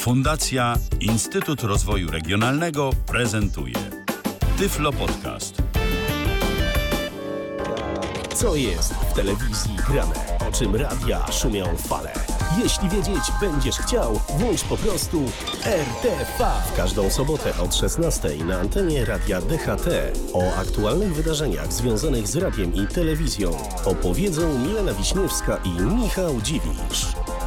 Fundacja Instytut Rozwoju Regionalnego prezentuje Tyflo Podcast. Co jest w telewizji grane? O czym radia szumią fale? Jeśli wiedzieć będziesz chciał, włącz po prostu RTV. W każdą sobotę od 16 na antenie Radia DHT. O aktualnych wydarzeniach związanych z radiem i telewizją opowiedzą Milena Wiśniewska i Michał Dziwisz.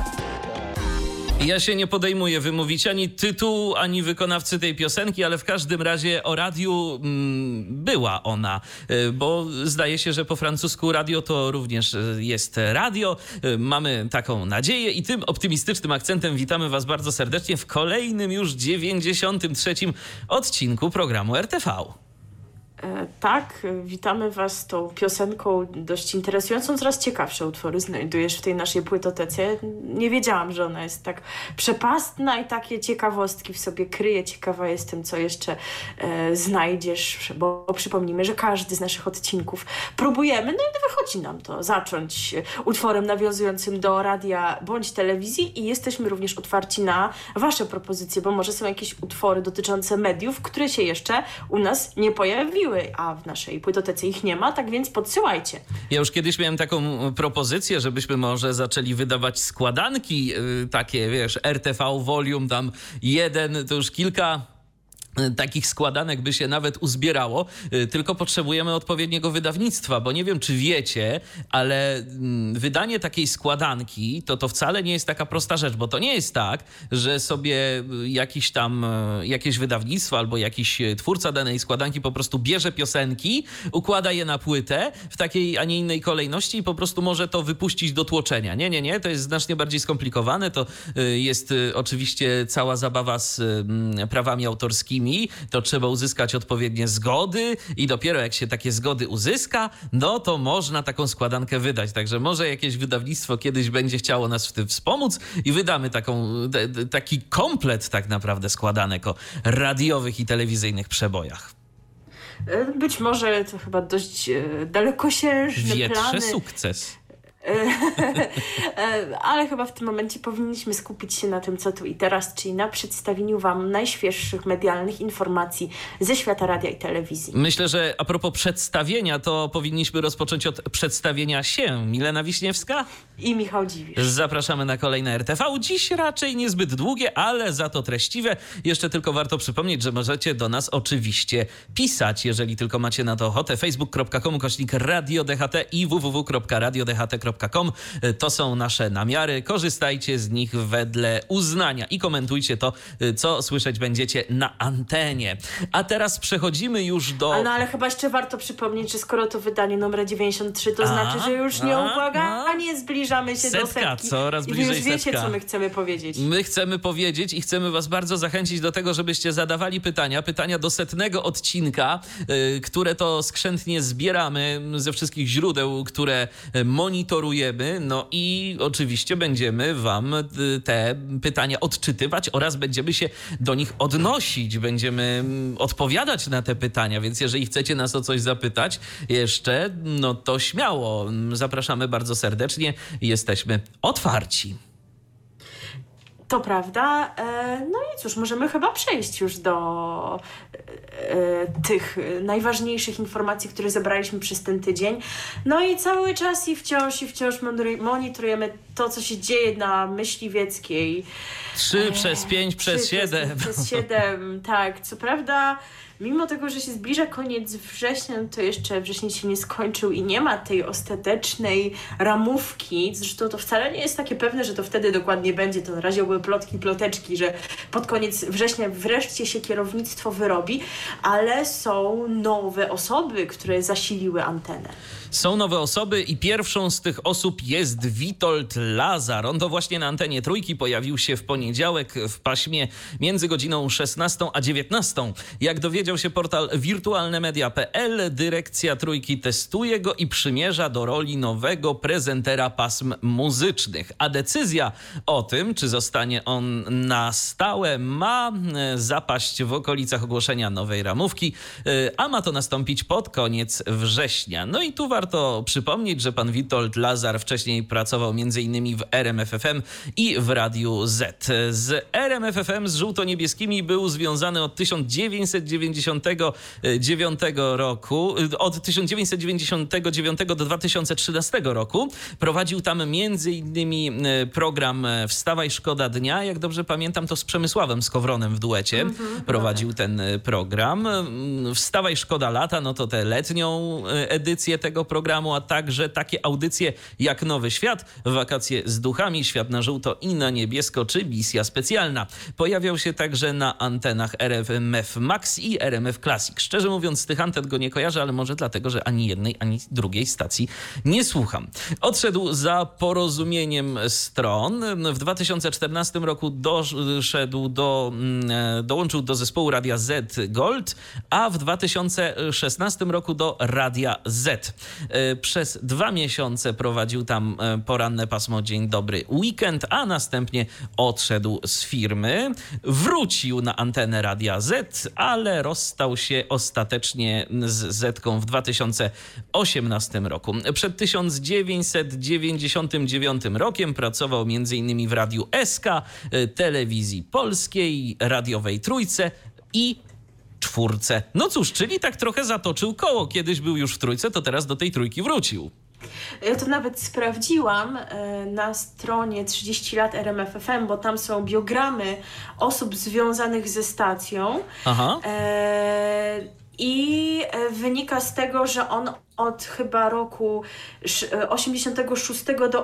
Ja się nie podejmuję wymówić ani tytułu, ani wykonawcy tej piosenki, ale w każdym razie o radiu była ona, bo zdaje się, że po francusku radio to również jest radio. Mamy taką nadzieję i tym optymistycznym akcentem witamy Was bardzo serdecznie w kolejnym już 93. odcinku programu RTV. Tak, witamy Was tą piosenką dość interesującą. Coraz ciekawsze utwory znajdujesz w tej naszej płytotece. Nie wiedziałam, że ona jest tak przepastna i takie ciekawostki w sobie kryje. Ciekawa jestem, co jeszcze znajdziesz, bo przypomnijmy, że każdy z naszych odcinków próbujemy, no i wychodzi nam to zacząć utworem nawiązującym do radia bądź telewizji i jesteśmy również otwarci na Wasze propozycje, bo może są jakieś utwory dotyczące mediów, które się jeszcze u nas nie pojawiły, a w naszej płytotece ich nie ma, tak więc podsyłajcie. Ja już kiedyś miałem taką propozycję, żebyśmy może zaczęli wydawać składanki takie, wiesz, RTV Volume tam 1, to już kilka takich składanek by się nawet uzbierało, tylko potrzebujemy odpowiedniego wydawnictwa, bo nie wiem, czy wiecie, ale wydanie takiej składanki to wcale nie jest taka prosta rzecz, bo to nie jest tak, że sobie jakieś wydawnictwo albo jakiś twórca danej składanki po prostu bierze piosenki, układa je na płytę w takiej, a nie innej kolejności i po prostu może to wypuścić do tłoczenia. Nie, to jest znacznie bardziej skomplikowane, to jest oczywiście cała zabawa z prawami autorskimi, to trzeba uzyskać odpowiednie zgody i dopiero jak się takie zgody uzyska, no to można taką składankę wydać. Także może jakieś wydawnictwo kiedyś będzie chciało nas w tym wspomóc i wydamy taki komplet tak naprawdę składanek o radiowych i telewizyjnych przebojach. Być może to chyba dość dalekosiężne Wietrze plany. sukces. Ale chyba w tym momencie powinniśmy skupić się na tym, co tu i teraz, czyli na przedstawieniu Wam najświeższych medialnych informacji ze świata radia i telewizji. Myślę, że a propos przedstawienia, to powinniśmy rozpocząć od przedstawienia się. Milena Wiśniewska I Michał Dziwisz. Zapraszamy na kolejne RTV. Dziś raczej niezbyt długie, ale za to treściwe. Jeszcze tylko warto przypomnieć, że możecie do nas oczywiście pisać, jeżeli tylko macie na to ochotę. facebook.com/Radio DHT i www.radiodht.com. To są nasze namiary. Korzystajcie z nich wedle uznania i komentujcie to, co słyszeć będziecie na antenie. A teraz przechodzimy już do... Ale chyba jeszcze warto przypomnieć, że skoro to wydanie numer 93, to znaczy, że już nieubłaganie zbliżamy się do setki. Coraz I wy bliżej już wiecie, setka. co my chcemy powiedzieć. My chcemy powiedzieć i chcemy Was bardzo zachęcić do tego, żebyście zadawali pytania do 100 odcinka, które to skrzętnie zbieramy ze wszystkich źródeł, które monitorujemy. No i oczywiście będziemy Wam te pytania odczytywać oraz będziemy się do nich odnosić. Będziemy odpowiadać na te pytania, więc jeżeli chcecie nas o coś zapytać jeszcze, no to śmiało. Zapraszamy bardzo serdecznie. Jesteśmy otwarci. To prawda. No i cóż, możemy chyba przejść już do tych najważniejszych informacji, które zebraliśmy przez ten tydzień. No i cały czas i wciąż monitorujemy to, co się dzieje na Myśliwieckiej. 3 przez 5 przez 7. Przez 7, tak. Co prawda, mimo tego, że się zbliża koniec września, to jeszcze wrzesień się nie skończył i nie ma tej ostatecznej ramówki. Zresztą to wcale nie jest takie pewne, że to wtedy dokładnie będzie. To na razie były plotki, że pod koniec września wreszcie się kierownictwo wyrobi, ale są nowe osoby, które zasiliły antenę. Są nowe osoby i pierwszą z tych osób jest Witold Lazar. On to właśnie na antenie Trójki pojawił się w poniedziałek w paśmie między godziną 16 a 19. Jak dowiedział się portal wirtualnemedia.pl, dyrekcja Trójki testuje go i przymierza do roli nowego prezentera pasm muzycznych. A decyzja o tym, czy zostanie on na stałe, ma zapaść w okolicach ogłoszenia nowej ramówki, a ma to nastąpić pod koniec września. No i tu warto warto przypomnieć, że pan Witold Lazar wcześniej pracował m.in. w RMFFM i w Radiu Z. Z RMFFM, z żółto-niebieskimi był związany od 1999 roku. Od 1999 do 2013 roku. Prowadził tam m.in. program Wstawaj, szkoda dnia. Jak dobrze pamiętam, to z Przemysławem Skowronem w duecie prowadził ten program. Wstawaj, szkoda lata, no to tę letnią edycję tego programu, a także takie audycje jak Nowy Świat, Wakacje z duchami, Świat na żółto i na niebiesko, czy Misja specjalna. Pojawiał się także na antenach RMF Max i RMF Classic. Szczerze mówiąc, z tych anten go nie kojarzę, ale może dlatego, że ani jednej, ani drugiej stacji nie słucham. Odszedł za porozumieniem stron. W 2014 roku dołączył do zespołu Radia Z Gold, a w 2016 roku do Radia Z. Przez 2 miesiące prowadził tam poranne pasmo Dzień Dobry Weekend, a następnie odszedł z firmy. Wrócił na antenę Radia Z, ale rozstał się ostatecznie z Zetką w 2018 roku. Przed 1999 rokiem pracował m.in. w Radiu SK, Telewizji Polskiej, Radiowej Trójce i Czwórce. No cóż, czyli tak trochę zatoczył koło. Kiedyś był już w Trójce, to teraz do tej Trójki wrócił. Ja to nawet sprawdziłam na stronie 30 lat RMFFM, bo tam są biogramy osób związanych ze stacją. Aha. I wynika z tego, że on od chyba roku 86 do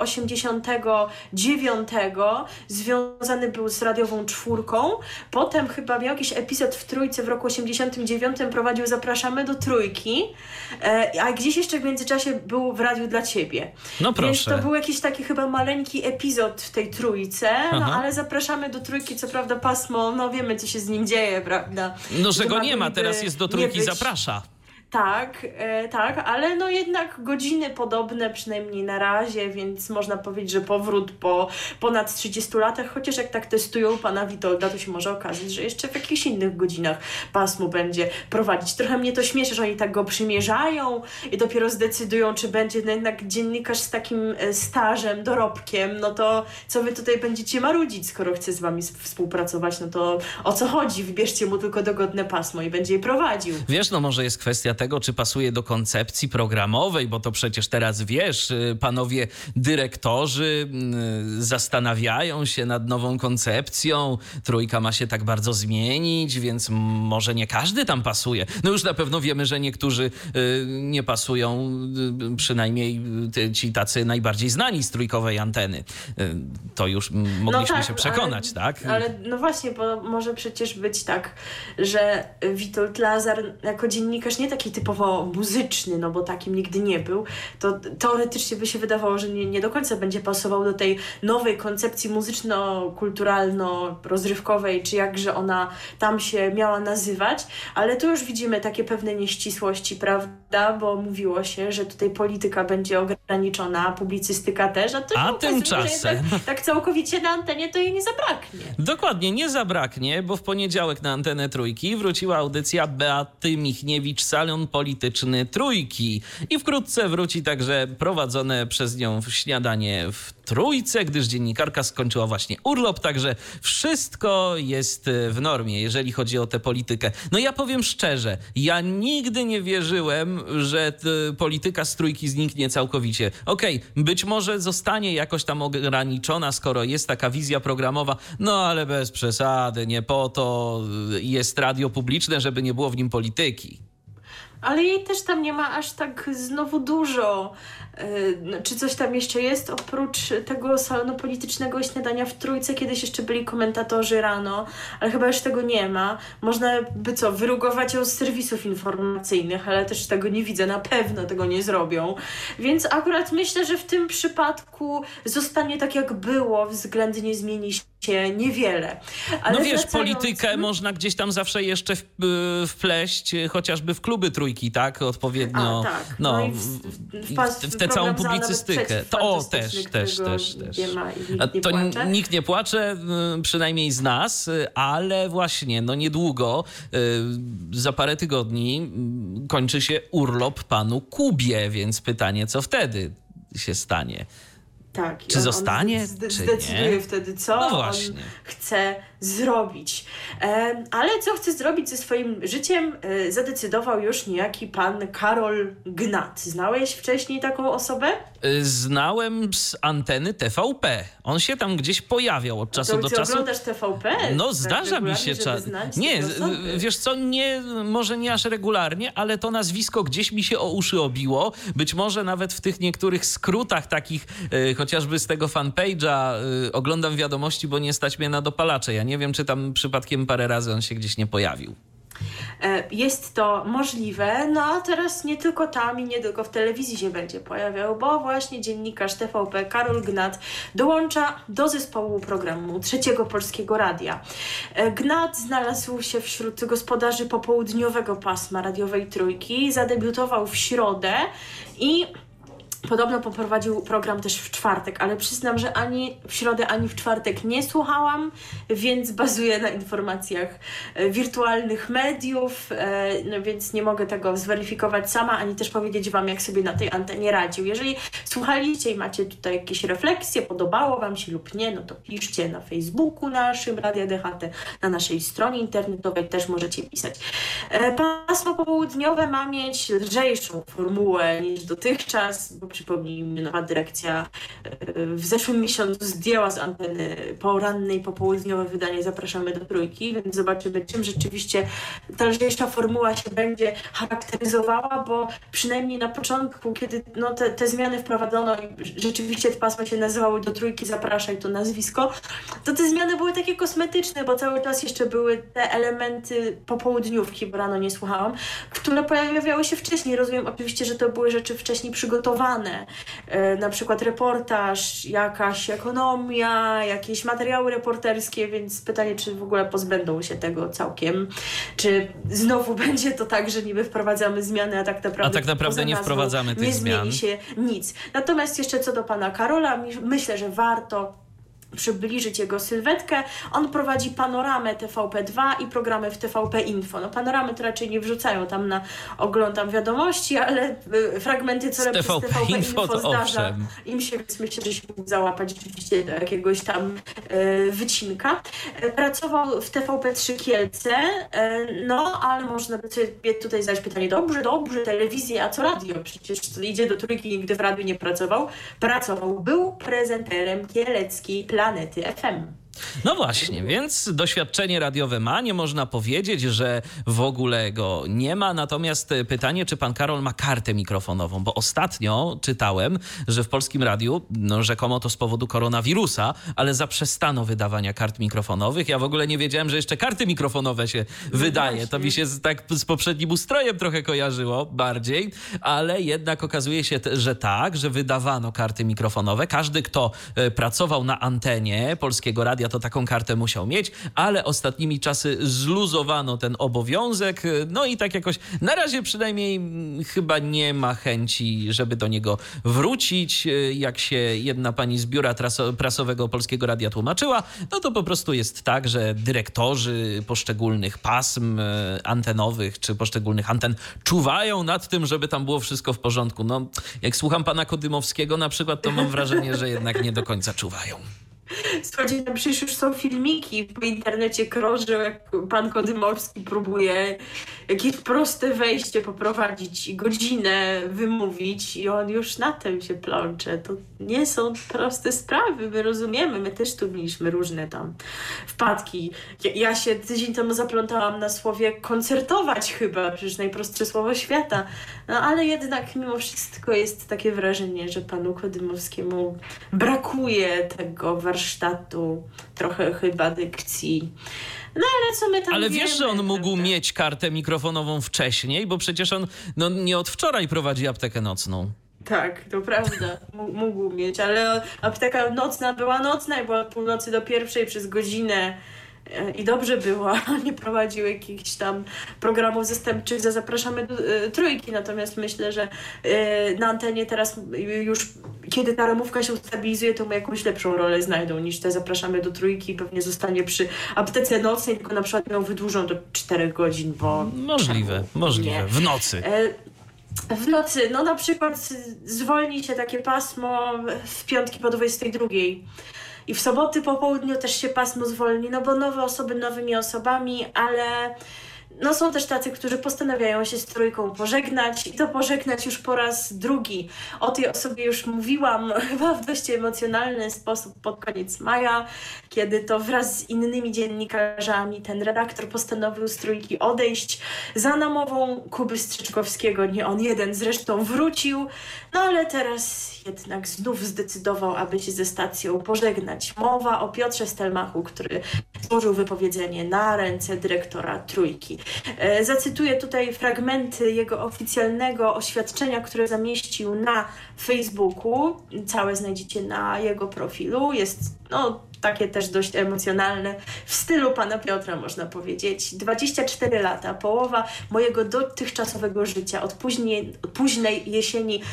89 związany był z Radiową Czwórką. Potem chyba miał jakiś epizod w Trójce w roku 89, prowadził Zapraszamy do Trójki, a gdzieś jeszcze w międzyczasie był w Radiu dla Ciebie. No proszę. Więc to był jakiś taki chyba maleńki epizod w tej Trójce, no ale Zapraszamy do Trójki, co prawda pasmo, no wiemy co się z nim dzieje, prawda? No, że go nie ma, teraz jest do Trójki, zaprasza. Tak, ale no jednak godziny podobne, przynajmniej na razie, więc można powiedzieć, że powrót po ponad 30 latach, chociaż jak tak testują pana Witolda, to się może okazać, że jeszcze w jakichś innych godzinach pasmo będzie prowadzić. Trochę mnie to śmieszy, że oni tak go przymierzają i dopiero zdecydują, czy będzie no jednak dziennikarz z takim stażem, dorobkiem, no to co wy tutaj będziecie marudzić, skoro chce z wami współpracować, no to o co chodzi? Wybierzcie mu tylko dogodne pasmo i będzie je prowadził. Wiesz, no może jest kwestia tego, czy pasuje do koncepcji programowej, bo to przecież teraz, wiesz, panowie dyrektorzy zastanawiają się nad nową koncepcją. Trójka ma się tak bardzo zmienić, więc może nie każdy tam pasuje. No już na pewno wiemy, że niektórzy nie pasują, przynajmniej ci tacy najbardziej znani z trójkowej anteny. To już mogliśmy się przekonać, tak? Ale no właśnie, bo może przecież być tak, że Witold Lazar jako dziennikarz nie taki typowo muzyczny, no bo takim nigdy nie był, to teoretycznie by się wydawało, że nie do końca będzie pasował do tej nowej koncepcji muzyczno-kulturalno-rozrywkowej, czy jakże ona tam się miała nazywać, ale tu już widzimy takie pewne nieścisłości, prawda, bo mówiło się, że tutaj polityka będzie ograniczona, publicystyka też, a tymczasem tak całkowicie na antenie to jej nie zabraknie. Dokładnie, nie zabraknie, bo w poniedziałek na antenę Trójki wróciła audycja Beaty Michniewicz, Salon Polityczny Trójki. I wkrótce wróci także prowadzone przez nią śniadanie w Trójce, gdyż dziennikarka skończyła właśnie urlop, także wszystko jest w normie, jeżeli chodzi o tę politykę. No ja powiem szczerze, ja nigdy nie wierzyłem, że polityka z Trójki zniknie całkowicie. Okej, być może zostanie jakoś tam ograniczona, skoro jest taka wizja programowa, no ale bez przesady, nie po to jest radio publiczne, żeby nie było w nim polityki. Ale jej też tam nie ma aż tak znowu dużo. Czy coś tam jeszcze jest oprócz tego salonu politycznego śniadania w Trójce? Kiedyś jeszcze byli komentatorzy rano, ale chyba już tego nie ma. Można by wyrugować ją z serwisów informacyjnych, ale też tego nie widzę, na pewno tego nie zrobią. Więc akurat myślę, że w tym przypadku zostanie tak jak było, względnie zmieni się niewiele. Ale no wiesz, politykę można gdzieś tam zawsze jeszcze wpleść, chociażby w kluby Trójki, tak? Odpowiednio. Tak. No, i w te całą program publicystykę. Też. Nie ma i nikt nie To płacze. nikt nie płacze, przynajmniej z nas, ale właśnie, no niedługo, za parę tygodni kończy się urlop panu Kubie, więc pytanie, co wtedy się stanie? Tak. Czy zostanie, czy zdecyduje nie? wtedy, co No on właśnie. chce zrobić. Ale co chce zrobić ze swoim życiem, zadecydował już niejaki pan Karol Gnat. Znałeś wcześniej taką osobę? Znałem z anteny TVP. On się tam gdzieś pojawiał od czasu do Ty czasu. oglądasz TVP? No Tak zdarza mi regularnie, się żeby czas. znać Nie, te osoby? wiesz co, może nie aż regularnie, ale to nazwisko gdzieś mi się o uszy obiło. Być może nawet w tych niektórych skrótach takich, chociażby z tego fanpage'a oglądam wiadomości, bo nie stać mnie na dopalacze. Ja nie wiem, czy tam przypadkiem parę razy on się gdzieś nie pojawił. Jest to możliwe, no a teraz nie tylko tam i nie tylko w telewizji się będzie pojawiał, bo właśnie dziennikarz TVP Karol Gnat dołącza do zespołu programu Trzeciego Polskiego Radia. Gnat znalazł się wśród gospodarzy popołudniowego pasma radiowej Trójki, zadebiutował w środę i podobno poprowadził program też w czwartek, ale przyznam, że ani w środę, ani w czwartek nie słuchałam, więc bazuję na informacjach wirtualnych mediów, no więc nie mogę tego zweryfikować sama, ani też powiedzieć wam, jak sobie na tej antenie radził. Jeżeli słuchaliście i macie tutaj jakieś refleksje, podobało wam się lub nie, no to piszcie na Facebooku naszym Radia DHT, na naszej stronie internetowej też możecie pisać. Pasmo popołudniowe ma mieć lżejszą formułę niż dotychczas, bo przypomnijmy, nowa dyrekcja w zeszłym miesiącu zdjęła z anteny poranne i popołudniowe wydanie Zapraszamy do Trójki, więc zobaczymy, czym rzeczywiście ta lżejsza formuła się będzie charakteryzowała, bo przynajmniej na początku, kiedy no, te zmiany wprowadzono i rzeczywiście te pasma się nazywały do Trójki Zapraszaj, to nazwisko, to te zmiany były takie kosmetyczne, bo cały czas jeszcze były te elementy popołudniówki, bo rano nie słuchałam, które pojawiały się wcześniej. Rozumiem oczywiście, że to były rzeczy wcześniej przygotowane, na przykład reportaż, jakaś ekonomia, jakieś materiały reporterskie, więc pytanie, czy w ogóle pozbędą się tego całkiem, czy znowu będzie to tak, że niby wprowadzamy zmiany, a tak naprawdę nie wprowadzamy tych zmian. Nie zmieni się nic. Natomiast jeszcze co do pana Karola, myślę, że warto przybliżyć jego sylwetkę. On prowadzi Panoramę TVP2 i programy w TVP Info. No Panoramy to raczej nie wrzucają tam na oglądam wiadomości, ale fragmenty, co robi z TVP Info zdarza im się, więc myślę, że się mógł załapać rzeczywiście do jakiegoś tam wycinka. Pracował w TVP3 Kielce, no ale można by sobie tutaj zadać pytanie, dobrze, telewizja, a co radio? Przecież idzie do Trójki, nigdy w radiu nie pracował. Był prezenterem kieleckiej Planety FM. No właśnie, więc doświadczenie radiowe ma, nie można powiedzieć, że w ogóle go nie ma. Natomiast pytanie, czy pan Karol ma kartę mikrofonową, bo ostatnio czytałem, że w Polskim Radiu, no rzekomo to z powodu koronawirusa, ale zaprzestano wydawania kart mikrofonowych. Ja w ogóle nie wiedziałem, że jeszcze karty mikrofonowe się wydaje. Właśnie. To mi się tak z poprzednim ustrojem trochę kojarzyło bardziej, ale jednak okazuje się, że tak, że wydawano karty mikrofonowe. Każdy, kto pracował na antenie Polskiego Radia, to taką kartę musiał mieć, ale ostatnimi czasy zluzowano ten obowiązek, no i tak jakoś na razie przynajmniej chyba nie ma chęci, żeby do niego wrócić. Jak się jedna pani z biura prasowego Polskiego Radia tłumaczyła, no to po prostu jest tak, że dyrektorzy poszczególnych pasm antenowych czy poszczególnych anten czuwają nad tym, żeby tam było wszystko w porządku. No, jak słucham pana Kodymowskiego na przykład, to mam wrażenie, że jednak nie do końca czuwają. Słuchajcie, no przecież już są filmiki po internecie krążą, jak pan Kodymowski próbuje jakieś proste wejście poprowadzić i godzinę wymówić i on już na tym się plącze. To nie są proste sprawy, my rozumiemy, my też tu mieliśmy różne tam wpadki. Ja się tydzień temu zaplątałam na słowie koncertować chyba, przecież najprostsze słowo świata. No ale jednak mimo wszystko jest takie wrażenie, że panu Kodymowskiemu brakuje tego warsztatu, trochę chyba dykcji. No ale co my tam Ale wiemy, wiesz, że on mógł prawda? mieć kartę mikrofonową wcześniej, bo przecież on nie od wczoraj prowadzi aptekę nocną. Tak, to prawda, mógł mieć, ale apteka nocna była nocna i była od północy do 1:00 przez godzinę i dobrze było, nie prowadził jakichś tam programów zastępczych za Zapraszamy do Trójki, natomiast myślę, że na antenie teraz już, kiedy ta ramówka się ustabilizuje, to mu jakąś lepszą rolę znajdą niż te Zapraszamy do Trójki, pewnie zostanie przy aptece nocnej, tylko na przykład ją wydłużą do 4 godzin, bo... Możliwe. W nocy. W nocy, no na przykład zwolni się takie pasmo w piątki po 22. I w soboty po południu też się pasmo zwolni, no bo nowe osoby nowymi osobami, ale no są też tacy, którzy postanawiają się z Trójką pożegnać i to pożegnać już po raz drugi. O tej osobie już mówiłam chyba w dość emocjonalny sposób pod koniec maja, kiedy to wraz z innymi dziennikarzami ten redaktor postanowił z Trójki odejść za namową Kuby Strzyczkowskiego. Nie on jeden zresztą wrócił, no ale teraz jednak znów zdecydował, aby się ze stacją pożegnać. Mowa o Piotrze Stelmachu, który złożył wypowiedzenie na ręce dyrektora Trójki. Zacytuję tutaj fragmenty jego oficjalnego oświadczenia, które zamieścił na Facebooku. Całe znajdziecie na jego profilu. Jest takie też dość emocjonalne, w stylu pana Piotra można powiedzieć. 24 lata, połowa mojego dotychczasowego życia, od późnej jesieni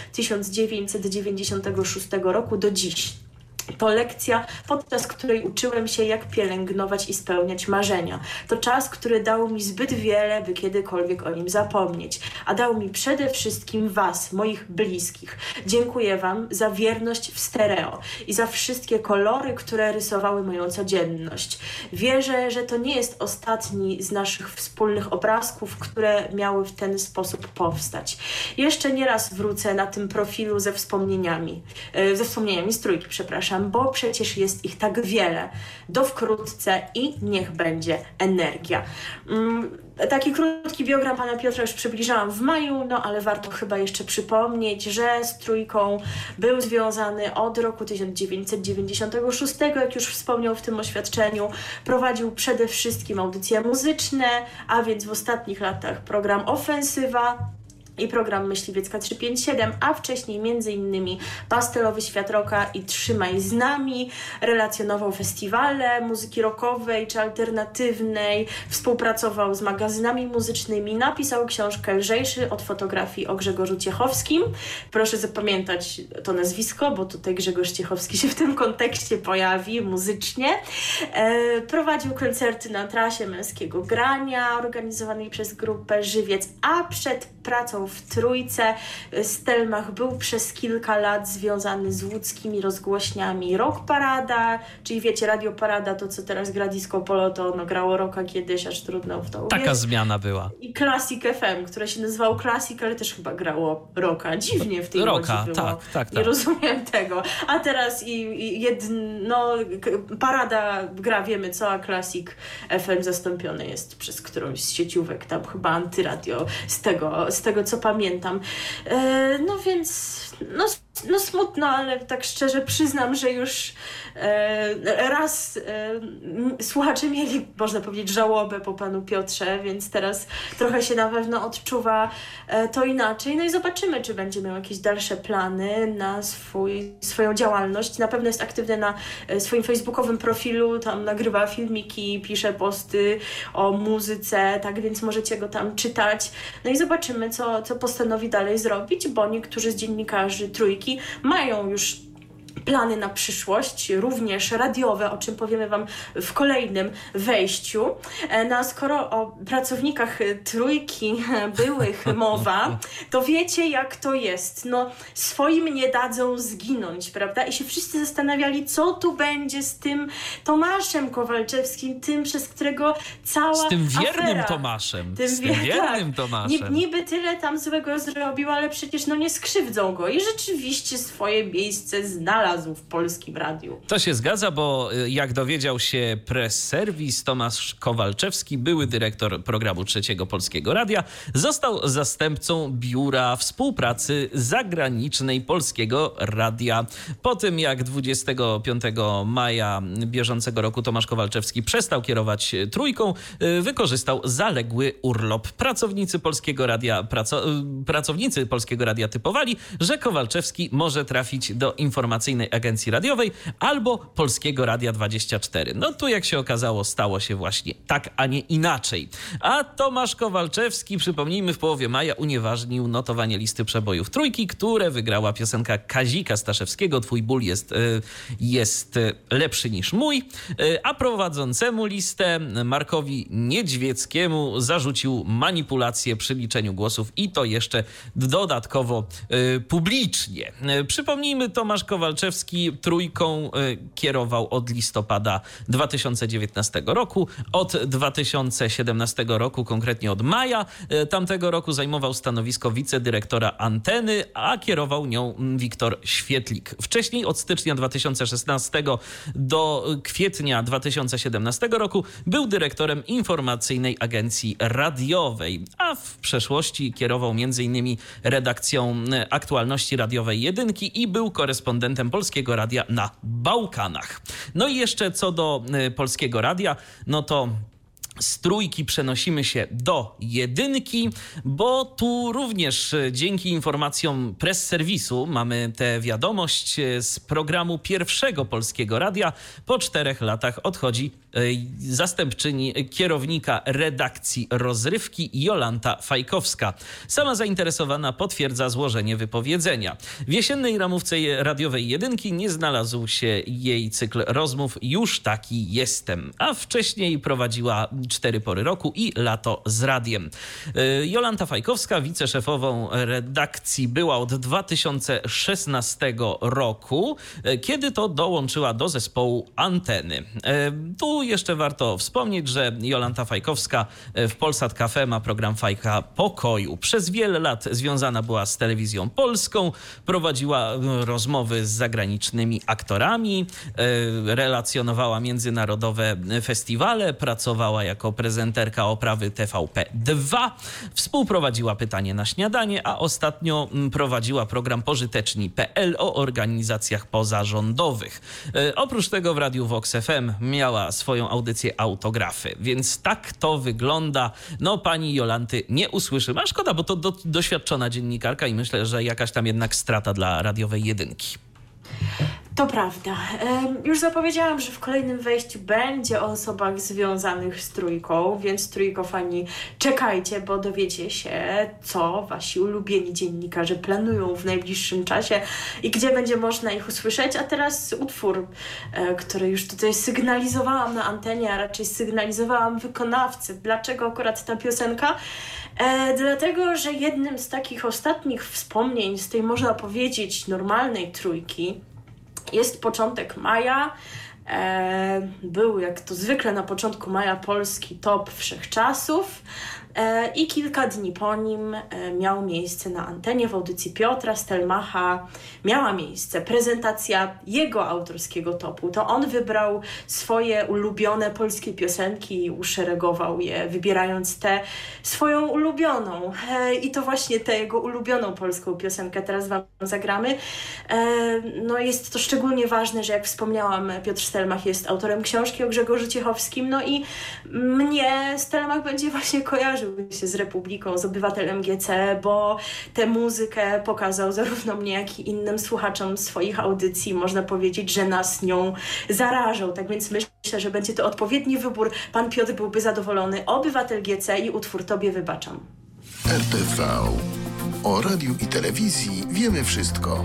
1996 roku do dziś. To lekcja, podczas której uczyłem się, jak pielęgnować i spełniać marzenia. To czas, który dał mi zbyt wiele, by kiedykolwiek o nim zapomnieć. A dał mi przede wszystkim was, moich bliskich. Dziękuję wam za wierność w stereo i za wszystkie kolory, które rysowały moją codzienność. Wierzę, że to nie jest ostatni z naszych wspólnych obrazków, które miały w ten sposób powstać. Jeszcze nie raz wrócę na tym profilu ze wspomnieniami z Trójki, przepraszam, bo przecież jest ich tak wiele. Do wkrótce i niech będzie energia. Taki krótki biogram pana Piotra już przybliżałam w maju, no ale warto chyba jeszcze przypomnieć, że z Trójką był związany od roku 1996, jak już wspomniał w tym oświadczeniu. Prowadził przede wszystkim audycje muzyczne, a więc w ostatnich latach program Ofensywa i program Myśliwiecka 357, a wcześniej m.in. Pastelowy Świat Rocka i Trzymaj z nami, relacjonował festiwale muzyki rockowej czy alternatywnej, współpracował z magazynami muzycznymi, napisał książkę Lżejszy od fotografii o Grzegorzu Ciechowskim. Proszę zapamiętać to nazwisko, bo tutaj Grzegorz Ciechowski się w tym kontekście pojawi muzycznie. Prowadził koncerty na trasie męskiego grania organizowanej przez grupę Żywiec, a przed pracą w Trójce Stelmach był przez kilka lat związany z łódzkimi rozgłośniami Rock Parada, czyli wiecie, Radio Parada, to co teraz gra Disco Polo, to ono grało rocka kiedyś, aż trudno w to uwierzyć. Taka zmiana była. I Classic FM, które się nazywało Classic, ale też chyba grało rocka. Dziwnie w tej Łodzi było. Tak. Nie rozumiem tego. A teraz Parada gra, wiemy co, a Classic FM zastąpiony jest przez którąś z sieciówek, tam chyba Antyradio, z tego co pamiętam. No więc smutno, ale tak szczerze przyznam, że już raz słuchacze mieli, można powiedzieć, żałobę po panu Piotrze, więc teraz trochę się na pewno odczuwa to inaczej. No i zobaczymy, czy będzie miał jakieś dalsze plany na swoją działalność. Na pewno jest aktywny na swoim facebookowym profilu, tam nagrywa filmiki, pisze posty o muzyce, tak więc możecie go tam czytać. No i zobaczymy, co postanowi dalej zrobić, bo niektórzy z dziennikarzy Trójki mają już plany na przyszłość, również radiowe, o czym powiemy wam w kolejnym wejściu. No a skoro o pracownikach Trójki byłych mowa, to wiecie jak to jest. No swoim nie dadzą zginąć, prawda? I się wszyscy zastanawiali, co tu będzie z tym Tomaszem Kowalczewskim, tym, przez którego cała z tym wiernym afera, Tomaszem. Tomaszem. Niby tyle tam złego zrobił, ale przecież nie skrzywdzą go. I rzeczywiście swoje miejsce znalazł w Polskim Radiu. To się zgadza, bo jak dowiedział się Press Service, Tomasz Kowalczewski, były dyrektor programu Trzeciego Polskiego Radia, został zastępcą Biura Współpracy Zagranicznej Polskiego Radia. Po tym jak 25 maja bieżącego roku Tomasz Kowalczewski przestał kierować Trójką, wykorzystał zaległy urlop. Pracownicy Polskiego Radia typowali, że Kowalczewski może trafić do informacyjnej Informacyjnej Agencji Radiowej albo Polskiego Radia 24. No tu jak się okazało stało się właśnie tak, a nie inaczej. A Tomasz Kowalczewski, przypomnijmy, w połowie maja unieważnił notowanie listy przebojów Trójki, które wygrała piosenka Kazika Staszewskiego Twój ból jest lepszy niż mój, a prowadzącemu listę Markowi Niedźwieckiemu zarzucił manipulację przy liczeniu głosów i to jeszcze dodatkowo publicznie. Przypomnijmy, Tomasz Kowalczewski Trójką kierował od listopada 2019 roku. Od 2017 roku, konkretnie od maja tamtego roku, zajmował stanowisko wicedyrektora Anteny, a kierował nią Wiktor Świetlik. Wcześniej od stycznia 2016 do kwietnia 2017 roku był dyrektorem Informacyjnej Agencji Radiowej, a w przeszłości kierował m.in. redakcją aktualności radiowej Jedynki i był korespondentem Polskiego Radia na Bałkanach. No i jeszcze co do Polskiego Radia, no to z Trójki przenosimy się do Jedynki, bo tu również dzięki informacjom press serwisu mamy tę wiadomość z programu pierwszego Polskiego Radia. Po 4 latach odchodzi zastępczyni kierownika redakcji rozrywki Jolanta Fajkowska. Sama zainteresowana potwierdza złożenie wypowiedzenia. W jesiennej ramówce radiowej Jedynki nie znalazł się jej cykl rozmów Już taki jestem, a wcześniej prowadziła 4 pory roku i Lato z radiem. Jolanta Fajkowska wiceszefową redakcji była od 2016 roku, kiedy to dołączyła do zespołu Anteny. Tu jeszcze warto wspomnieć, że Jolanta Fajkowska w Polsat Cafe ma program Fajka Pokoju. Przez wiele lat związana była z telewizją polską, prowadziła rozmowy z zagranicznymi aktorami, relacjonowała międzynarodowe festiwale, pracowała jako prezenterka oprawy TVP2, współprowadziła Pytanie na śniadanie, a ostatnio prowadziła program Pożyteczni.pl o organizacjach pozarządowych. Oprócz tego w Radiu Vox FM miała swoją audycję Autografy, więc tak to wygląda. No pani Jolanty nie usłyszymy, a szkoda, bo to doświadczona dziennikarka i myślę, że jakaś tam jednak strata dla radiowej Jedynki. To prawda. Już zapowiedziałam, że w kolejnym wejściu będzie o osobach związanych z Trójką, więc trójkofani, czekajcie, bo dowiecie się, co wasi ulubieni dziennikarze planują w najbliższym czasie i gdzie będzie można ich usłyszeć. A teraz utwór, który już tutaj sygnalizowałam na antenie, a raczej sygnalizowałam wykonawcy. Dlaczego akurat ta piosenka? Dlatego, że jednym z takich ostatnich wspomnień z tej, można powiedzieć, normalnej Trójki jest początek maja. Był, jak to zwykle na początku maja, polski top wszechczasów i kilka dni po nim miał miejsce na antenie w audycji Piotra Stelmacha. Miała miejsce prezentacja jego autorskiego topu. To on wybrał swoje ulubione polskie piosenki i uszeregował je, wybierając tę swoją ulubioną. I to właśnie tę jego ulubioną polską piosenkę teraz wam zagramy. No jest to szczególnie ważne, że jak wspomniałam, Piotr Stelmach jest autorem książki o Grzegorzu Ciechowskim, no i mnie Stelmach będzie właśnie kojarzył się z Republiką, z Obywatelem GC, bo tę muzykę pokazał zarówno mnie, jak i innym słuchaczom swoich audycji. Można powiedzieć, że nas nią zarażał. Tak więc myślę, że będzie to odpowiedni wybór. Pan Piotr byłby zadowolony. Obywatel GC i utwór Tobie wybaczam. RTV. O radiu i telewizji wiemy wszystko.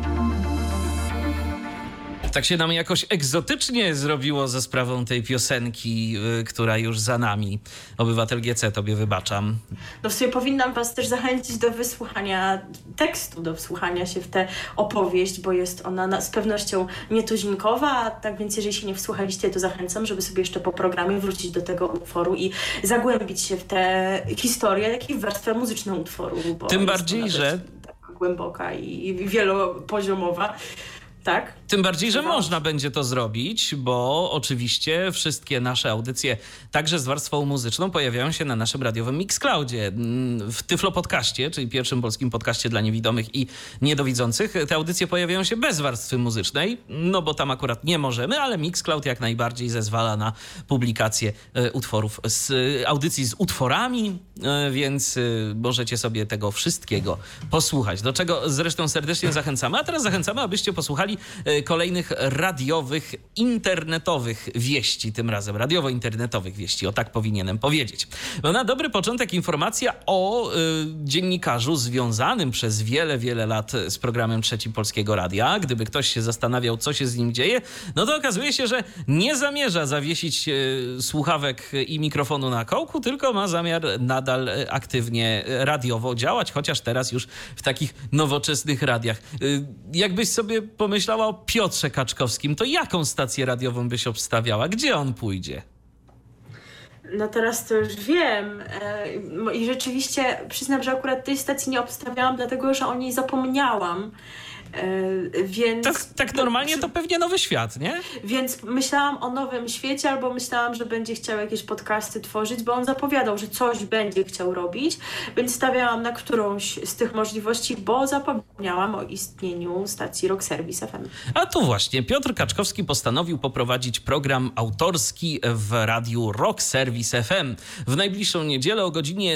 Tak się nam jakoś egzotycznie zrobiło ze sprawą tej piosenki, która już za nami. Obywatel GC, Tobie wybaczam. No w sumie powinnam was też zachęcić do wysłuchania tekstu, do wsłuchania się w tę opowieść, bo jest ona z pewnością nietuzinkowa, tak więc jeżeli się nie wsłuchaliście, to zachęcam, żeby sobie jeszcze po programie wrócić do tego utworu i zagłębić się w tę historię, jak i w warstwę muzyczną utworu. Bo tym bardziej, że taka głęboka i wielopoziomowa. Tak? Tym bardziej, że można będzie to zrobić, bo oczywiście wszystkie nasze audycje, także z warstwą muzyczną, pojawiają się na naszym radiowym Mixcloudzie. W Tyflo Podcaście, czyli pierwszym polskim podcaście dla niewidomych i niedowidzących, te audycje pojawiają się bez warstwy muzycznej, no bo tam akurat nie możemy, ale Mixcloud jak najbardziej zezwala na publikację utworów audycji z utworami, więc możecie sobie tego wszystkiego posłuchać, do czego zresztą serdecznie zachęcamy. A teraz zachęcamy, abyście posłuchali szukali kolejnych radiowych, internetowych wieści, tym razem radiowo-internetowych wieści, o tak powinienem powiedzieć. No na dobry początek informacja o dziennikarzu związanym przez wiele, wiele lat z programem Trzecim Polskiego Radia. Gdyby ktoś się zastanawiał, co się z nim dzieje, no to okazuje się, że nie zamierza zawiesić słuchawek i mikrofonu na kołku, tylko ma zamiar nadal aktywnie radiowo działać, chociaż teraz już w takich nowoczesnych radiach. Jakbyś sobie pomyślała o Piotrze Kaczkowskim, to jaką stację radiową byś obstawiała? Gdzie on pójdzie? No teraz to już wiem i rzeczywiście przyznam, że akurat tej stacji nie obstawiałam, dlatego że o niej zapomniałam. Więc tak normalnie to pewnie Nowy Świat, nie? Więc myślałam o Nowym Świecie, albo myślałam, że będzie chciał jakieś podcasty tworzyć, bo on zapowiadał, że coś będzie chciał robić, więc stawiałam na którąś z tych możliwości, bo zapomniałam o istnieniu stacji Rock Service FM. A tu właśnie Piotr Kaczkowski postanowił poprowadzić program autorski w radiu Rock Service FM. W najbliższą niedzielę o godzinie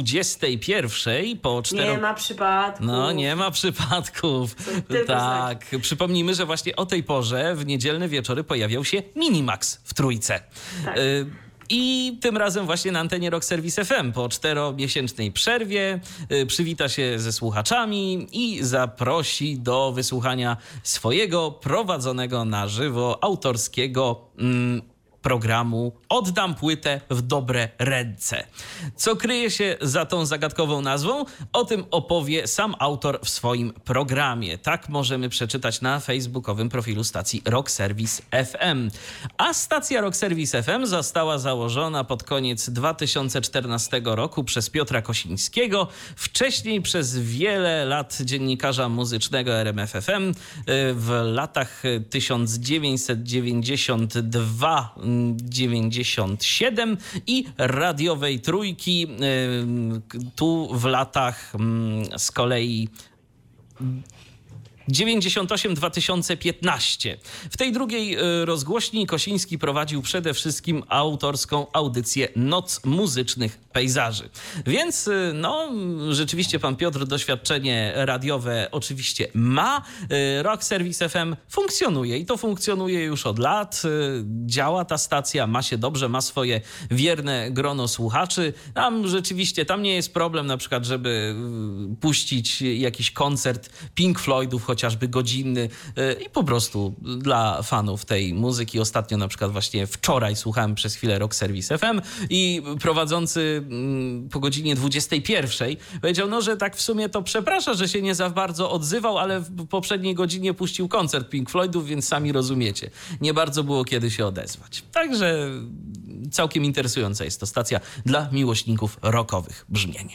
21:00 po 4... Nie ma przypadków. No, nie ma przypadków. Tak, przypomnijmy, że właśnie o tej porze w niedzielne wieczory pojawiał się Minimax w Trójce. Tak. I tym razem właśnie na antenie Rock Service FM po 4-miesięcznej przerwie przywita się ze słuchaczami i zaprosi do wysłuchania swojego prowadzonego na żywo autorskiego programu Oddam płytę w dobre ręce. Co kryje się za tą zagadkową nazwą? O tym opowie sam autor w swoim programie. Tak możemy przeczytać na facebookowym profilu stacji Rock Service FM. A stacja Rock Service FM została założona pod koniec 2014 roku przez Piotra Kosińskiego, wcześniej przez wiele lat dziennikarza muzycznego RMF FM w latach 1992-97 i radiowej Trójki tu w latach z kolei 98-2015. W tej drugiej rozgłośni Kosiński prowadził przede wszystkim autorską audycję Noc muzycznych pejzaży. Więc no, rzeczywiście pan Piotr doświadczenie radiowe oczywiście ma. Rock Service FM funkcjonuje i to funkcjonuje już od lat. Działa ta stacja, ma się dobrze, ma swoje wierne grono słuchaczy. Tam rzeczywiście, tam nie jest problem na przykład, żeby puścić jakiś koncert Pink Floydów, chociażby godzinny i po prostu dla fanów tej muzyki. Ostatnio na przykład właśnie wczoraj słuchałem przez chwilę Rock Service FM i prowadzący po godzinie 21:00 powiedział, no, że tak w sumie to przeprasza, że się nie za bardzo odzywał, ale w poprzedniej godzinie puścił koncert Pink Floydów, więc sami rozumiecie. Nie bardzo było kiedy się odezwać. Także całkiem interesująca jest to stacja dla miłośników rockowych brzmień.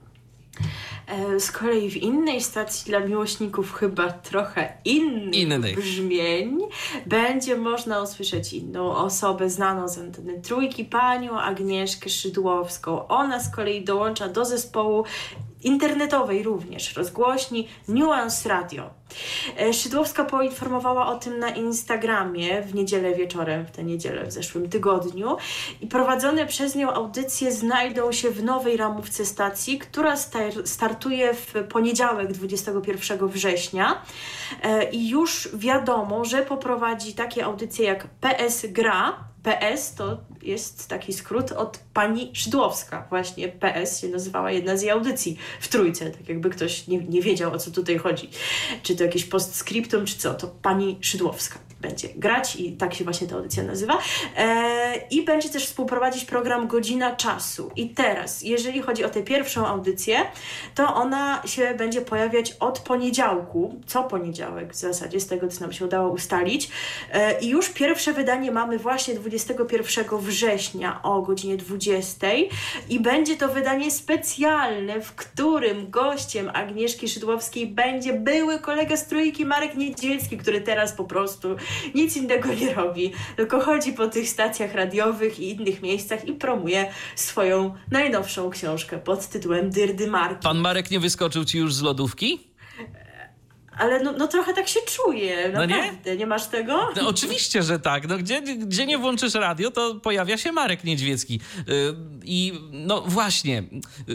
Z kolei w innej stacji dla miłośników chyba trochę innych brzmień będzie można usłyszeć inną osobę znaną z anteny Trójki, panią Agnieszkę Szydłowską. Ona z kolei dołącza do zespołu internetowej również rozgłośni Nuance Radio. Szydłowska poinformowała o tym na Instagramie w niedzielę wieczorem, w tę niedzielę w zeszłym tygodniu, i prowadzone przez nią audycje znajdą się w nowej ramówce stacji, która startuje w poniedziałek 21 września i już wiadomo, że poprowadzi takie audycje jak PS Gra. PS to jest taki skrót od pani Szydłowska. Właśnie PS się nazywała jedna z jej audycji w Trójce. Tak jakby ktoś nie wiedział, o co tutaj chodzi. Czy to jakieś postscriptum, czy co. To pani Szydłowska będzie grać i tak się właśnie ta audycja nazywa. I będzie też współprowadzić program Godzina Czasu. I teraz, jeżeli chodzi o tę pierwszą audycję, to ona się będzie pojawiać od poniedziałku, co poniedziałek w zasadzie, z tego co nam się udało ustalić. I już pierwsze wydanie mamy właśnie 21 września o godzinie 20 i będzie to wydanie specjalne, w którym gościem Agnieszki Szydłowskiej będzie były kolega z Trójki Marek Niedźwiecki, który teraz po prostu nic innego nie robi, tylko chodzi po tych stacjach radiowych i innych miejscach i promuje swoją najnowszą książkę pod tytułem Dyrdy Marki. Pan Marek nie wyskoczył ci już z lodówki? Ale no trochę tak się czuję, naprawdę. Nie masz tego? No, oczywiście, że tak. No, gdzie nie włączysz radio, to pojawia się Marek Niedźwiecki. I no właśnie,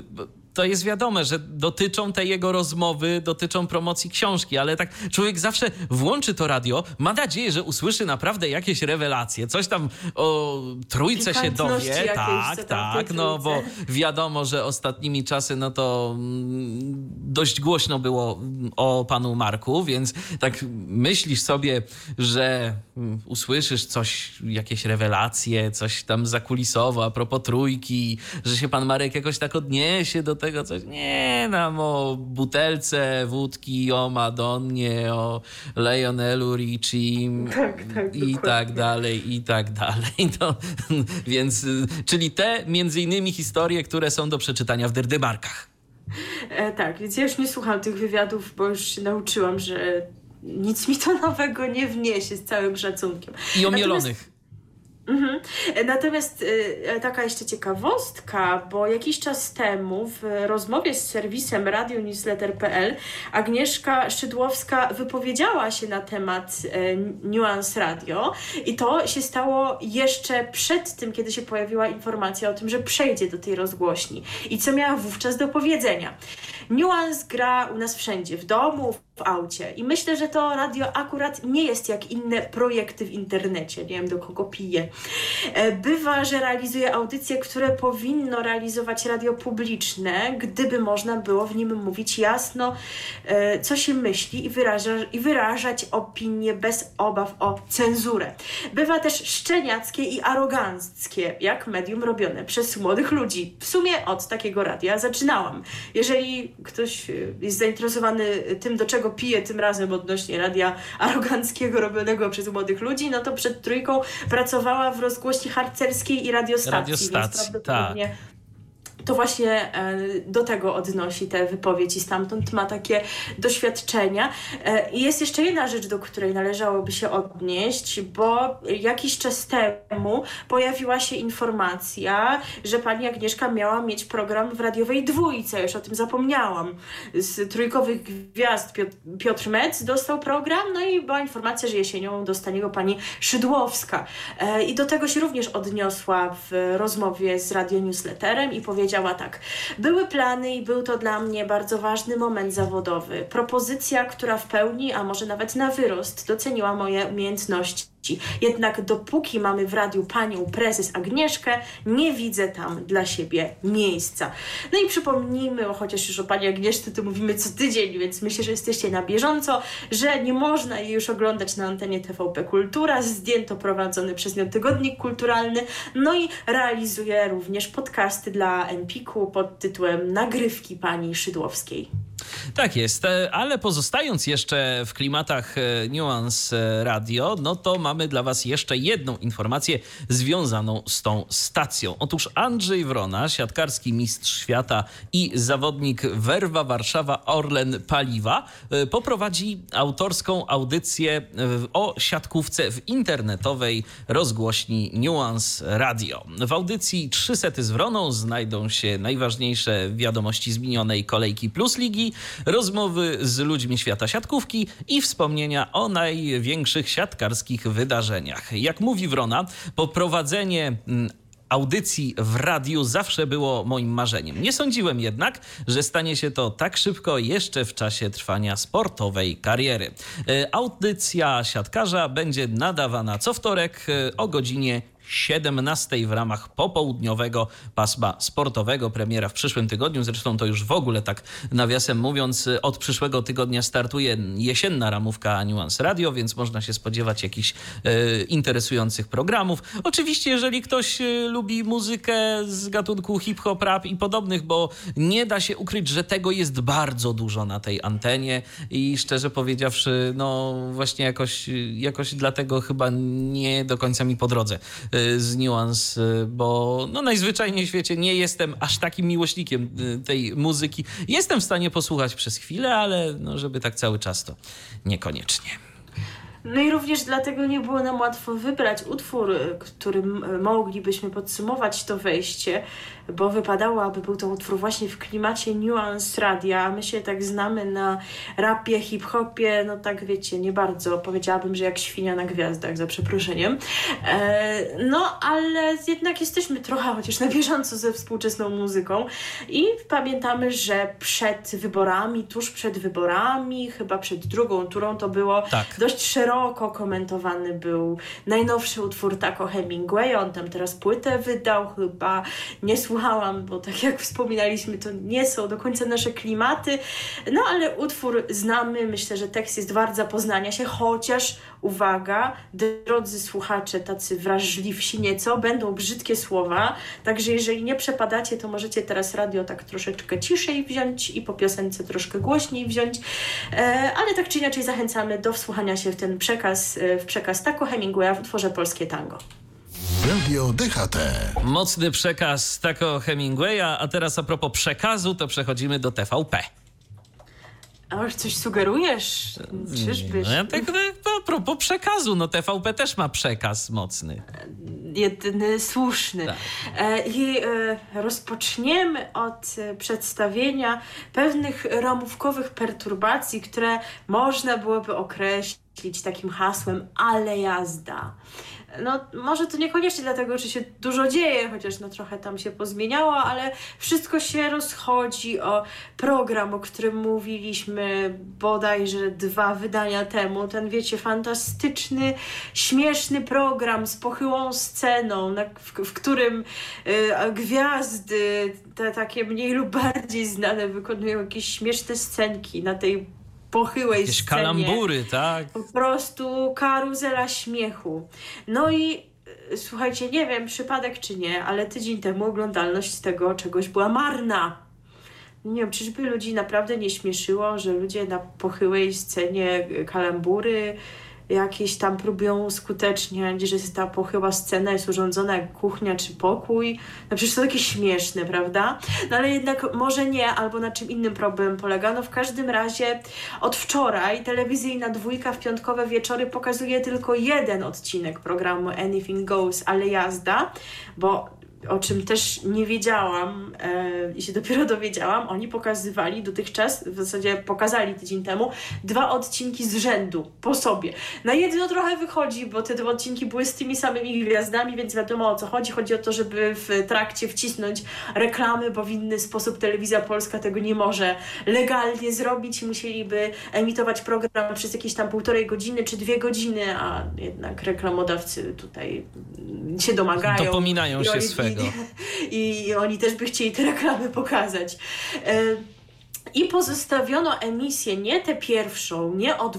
to jest wiadome, że dotyczą te jego rozmowy, dotyczą promocji książki, ale tak człowiek zawsze włączy to radio, ma nadzieję, że usłyszy naprawdę jakieś rewelacje, coś tam o trójce się dowie. Tak, no bo wiadomo, że ostatnimi czasy no to dość głośno było o panu Marku, więc tak myślisz sobie, że usłyszysz coś, jakieś rewelacje, coś tam zakulisowo a propos trójki, że się pan Marek jakoś tak odniesie do tego coś. Nie, nam o butelce wódki, o Madonnie, o Lionelu Richie i tak dalej, i tak dalej. No, więc, czyli te między innymi historie, które są do przeczytania w Derdymarkach. Tak, więc ja już nie słucham tych wywiadów, bo już się nauczyłam, że nic mi to nowego nie wniesie, z całym szacunkiem. I o mielonych. Natomiast taka jeszcze ciekawostka, bo jakiś czas temu w rozmowie z serwisem radionewsletter.pl Agnieszka Szydłowska wypowiedziała się na temat Nuance Radio i to się stało jeszcze przed tym, kiedy się pojawiła informacja o tym, że przejdzie do tej rozgłośni i co miała wówczas do powiedzenia. Nuance gra u nas wszędzie, w domu, w aucie i myślę, że to radio akurat nie jest jak inne projekty w internecie, nie wiem do kogo pije. Bywa, że realizuje audycje, które powinno realizować radio publiczne, gdyby można było w nim mówić jasno, co się myśli i wyrażać opinie bez obaw o cenzurę. Bywa też szczeniackie i aroganckie, jak medium robione przez młodych ludzi. W sumie od takiego radia zaczynałam. Jeżeli ktoś jest zainteresowany tym, do czego pije tym razem odnośnie radia aroganckiego robionego przez młodych ludzi, no to przed trójką pracowała w rozgłośni harcerskiej i radiostacji. Więc prawdopodobnie tak. To właśnie do tego odnosi te wypowiedzi, stamtąd ma takie doświadczenia. I jest jeszcze jedna rzecz, do której należałoby się odnieść, bo jakiś czas temu pojawiła się informacja, że pani Agnieszka miała mieć program w radiowej dwójce, już o tym zapomniałam. Z trójkowych gwiazd Piotr Metz dostał program, no i była informacja, że jesienią dostanie go pani Szydłowska. I do tego się również odniosła w rozmowie z radionewsletterem i powiedziała tak. Były plany i był to dla mnie bardzo ważny moment zawodowy. Propozycja, która w pełni, a może nawet na wyrost doceniła moje umiejętności. Jednak dopóki mamy w radiu panią prezes Agnieszkę, nie widzę tam dla siebie miejsca. No i przypomnijmy, chociaż już o pani Agnieszce to mówimy co tydzień, więc myślę, że jesteście na bieżąco, że nie można jej już oglądać na antenie TVP Kultura. Zdjęto prowadzony przez nią tygodnik kulturalny, no i realizuje również podcasty dla Empiku pod tytułem Nagrywki pani Szydłowskiej. Tak jest, ale pozostając jeszcze w klimatach Nuance Radio, no to mamy dla was jeszcze jedną informację związaną z tą stacją. Otóż Andrzej Wrona, siatkarski mistrz świata i zawodnik Werwa Warszawa Orlen Paliwa, poprowadzi autorską audycję o siatkówce w internetowej rozgłośni Nuance Radio. W audycji 3 sety z Wroną znajdą się najważniejsze wiadomości z minionej kolejki Plus Ligi, rozmowy z ludźmi świata siatkówki i wspomnienia o największych siatkarskich wydarzeniach. Jak mówi Wrona, poprowadzenie audycji w radiu zawsze było moim marzeniem. Nie sądziłem jednak, że stanie się to tak szybko jeszcze w czasie trwania sportowej kariery. Audycja siatkarza będzie nadawana co wtorek o godzinie 17 w ramach popołudniowego pasma sportowego. Premiera w przyszłym tygodniu. Zresztą to już w ogóle tak nawiasem mówiąc od przyszłego tygodnia startuje jesienna ramówka Nuance Radio, więc można się spodziewać jakichś interesujących programów. Oczywiście, jeżeli ktoś lubi muzykę z gatunku hip-hop, rap i podobnych, bo nie da się ukryć, że tego jest bardzo dużo na tej antenie i szczerze powiedziawszy, no właśnie jakoś dlatego chyba nie do końca mi po drodze z Nuance, bo no najzwyczajniej w świecie nie jestem aż takim miłośnikiem tej muzyki. Jestem w stanie posłuchać przez chwilę, ale no żeby tak cały czas to niekoniecznie. No i również dlatego nie było nam łatwo wybrać utwór, którym moglibyśmy podsumować to wejście, bo wypadało, aby był to utwór właśnie w klimacie Nuance Radia. My się tak znamy na rapie, hip-hopie, no tak wiecie, nie bardzo. Powiedziałabym, że jak świnia na gwiazdach, za przeproszeniem. No, ale jednak jesteśmy trochę chociaż na bieżąco ze współczesną muzyką i pamiętamy, że przed wyborami, tuż przed wyborami, chyba przed drugą turą to było, dość szeroko komentowany był najnowszy utwór Taco Hemingwaya. On tam teraz płytę wydał, chyba nie słuchałam, bo tak jak wspominaliśmy, to nie są do końca nasze klimaty, no ale utwór znamy, myślę, że tekst jest wart zapoznania się, chociaż uwaga, drodzy słuchacze, tacy wrażliwsi nieco, będą brzydkie słowa, także jeżeli nie przepadacie, to możecie teraz radio tak troszeczkę ciszej wziąć i po piosence troszkę głośniej wziąć, ale tak czy inaczej zachęcamy do wsłuchania się w ten przekaz, w przekaz Taco Hemingwaya w utworze Polskie Tango. Radio DHT. Mocny przekaz Taco Hemingwaya, a teraz a propos przekazu, to przechodzimy do TVP. A już coś sugerujesz? Czyżbyś? No ja tak a propos przekazu, no TVP też ma przekaz mocny. Jedyny słuszny. Tak. I rozpoczniemy od przedstawienia pewnych ramówkowych perturbacji, które można byłoby określić takim hasłem ale jazda. No może to niekoniecznie dlatego, że się dużo dzieje, chociaż no trochę tam się pozmieniało, ale wszystko się rozchodzi o program, o którym mówiliśmy bodajże 2 wydania temu. Ten, wiecie, fantastyczny, śmieszny program z pochyłą sceną, w którym gwiazdy, te takie mniej lub bardziej znane, wykonują jakieś śmieszne scenki na tej pochyłej jakieś scenie. kalambury, tak? Po prostu karuzela śmiechu. No i słuchajcie, nie wiem, przypadek czy nie, ale tydzień temu oglądalność tego czegoś była marna. Nie wiem, czyżby ludzi naprawdę nie śmieszyło, że ludzie na pochyłej scenie kalambury jakieś tam próbują uskuteczniać, że ta pochyła scena jest urządzona jak kuchnia czy pokój. No przecież to takie śmieszne, prawda? No ale jednak może nie, albo na czym innym problem polega. No w każdym razie od wczoraj telewizyjna Dwójka w piątkowe wieczory pokazuje tylko jeden odcinek programu Anything Goes, ale jazda, bo o czym też nie wiedziałam i się dopiero dowiedziałam, oni pokazywali dotychczas, w zasadzie pokazali tydzień temu, 2 odcinki z rzędu po sobie. Na jedno trochę wychodzi, bo te 2 odcinki były z tymi samymi gwiazdami, więc wiadomo o co chodzi. Chodzi o to, żeby w trakcie wcisnąć reklamy, bo w inny sposób Telewizja Polska tego nie może legalnie zrobić i musieliby emitować program przez jakieś tam 1,5 godziny czy 2 godziny, a jednak reklamodawcy tutaj się domagają. Dopominają się swego. I oni też by chcieli te reklamy pokazać. I pozostawiono emisję nie tę pierwszą, nie o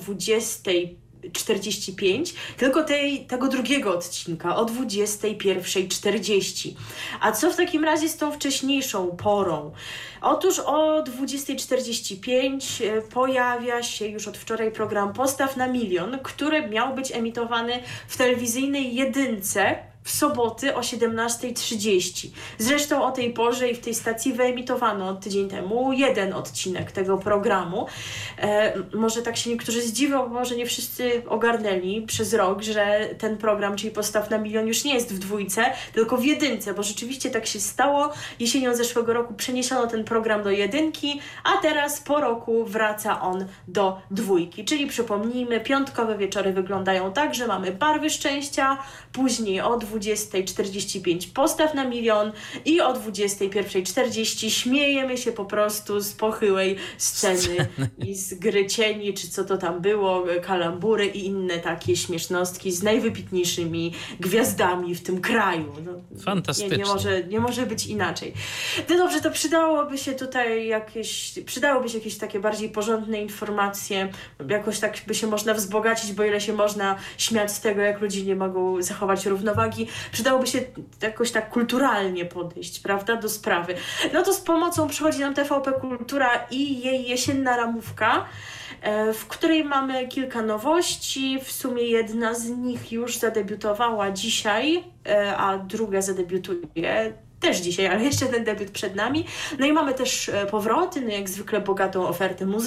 20:45, tylko tego drugiego odcinka o 21:40. A co w takim razie z tą wcześniejszą porą? Otóż o 20:45 pojawia się już od wczoraj program Postaw na milion, który miał być emitowany w telewizyjnej jedynce w soboty o 17:30. Zresztą o tej porze i w tej stacji wyemitowano tydzień temu jeden odcinek tego programu. Może tak się niektórzy zdziwią, bo może nie wszyscy ogarnęli przez rok, że ten program, czyli Postaw na milion, już nie jest w dwójce, tylko w jedynce, bo rzeczywiście tak się stało. Jesienią zeszłego roku przeniesiono ten program do jedynki, a teraz po roku wraca on do dwójki. Czyli przypomnijmy, piątkowe wieczory wyglądają tak, że mamy Barwy Szczęścia, później o 20:45 Postaw na milion i o 21:40 śmiejemy się po prostu z pochyłej sceny i z gry cieni, czy co to tam było, kalambury i inne takie śmiesznostki z najwybitniejszymi gwiazdami w tym kraju. No, fantastycznie. Nie może być inaczej. No dobrze, to przydałyby się jakieś takie bardziej porządne informacje, jakoś tak by się można wzbogacić, bo ile się można śmiać z tego, jak ludzie nie mogą zachować równowagi. Przydałoby się jakoś tak kulturalnie podejść, prawda, do sprawy. No to z pomocą przychodzi nam TVP Kultura i jej jesienna ramówka, w której mamy kilka nowości. W sumie jedna z nich już zadebiutowała dzisiaj, a druga zadebiutuje też dzisiaj, ale jeszcze ten debiut przed nami. No i mamy też powroty, no jak zwykle bogatą ofertę muzyczną.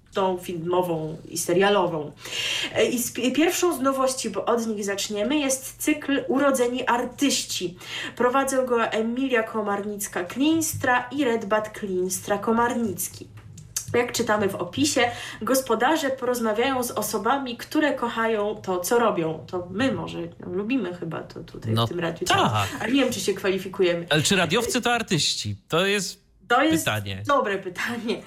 tą filmową i serialową. I pierwszą z nowości, bo od nich zaczniemy, jest cykl Urodzeni Artyści. Prowadzą go Emilia Komarnicka-Klinstra i Redbat Klinstra-Komarnicki. Jak czytamy w opisie, gospodarze porozmawiają z osobami, które kochają to, co robią. To my może lubimy chyba to tutaj w tym radiu. Tak. Ale nie wiem, czy się kwalifikujemy. Ale czy radiowcy to artyści? To jest pytanie. Dobre pytanie.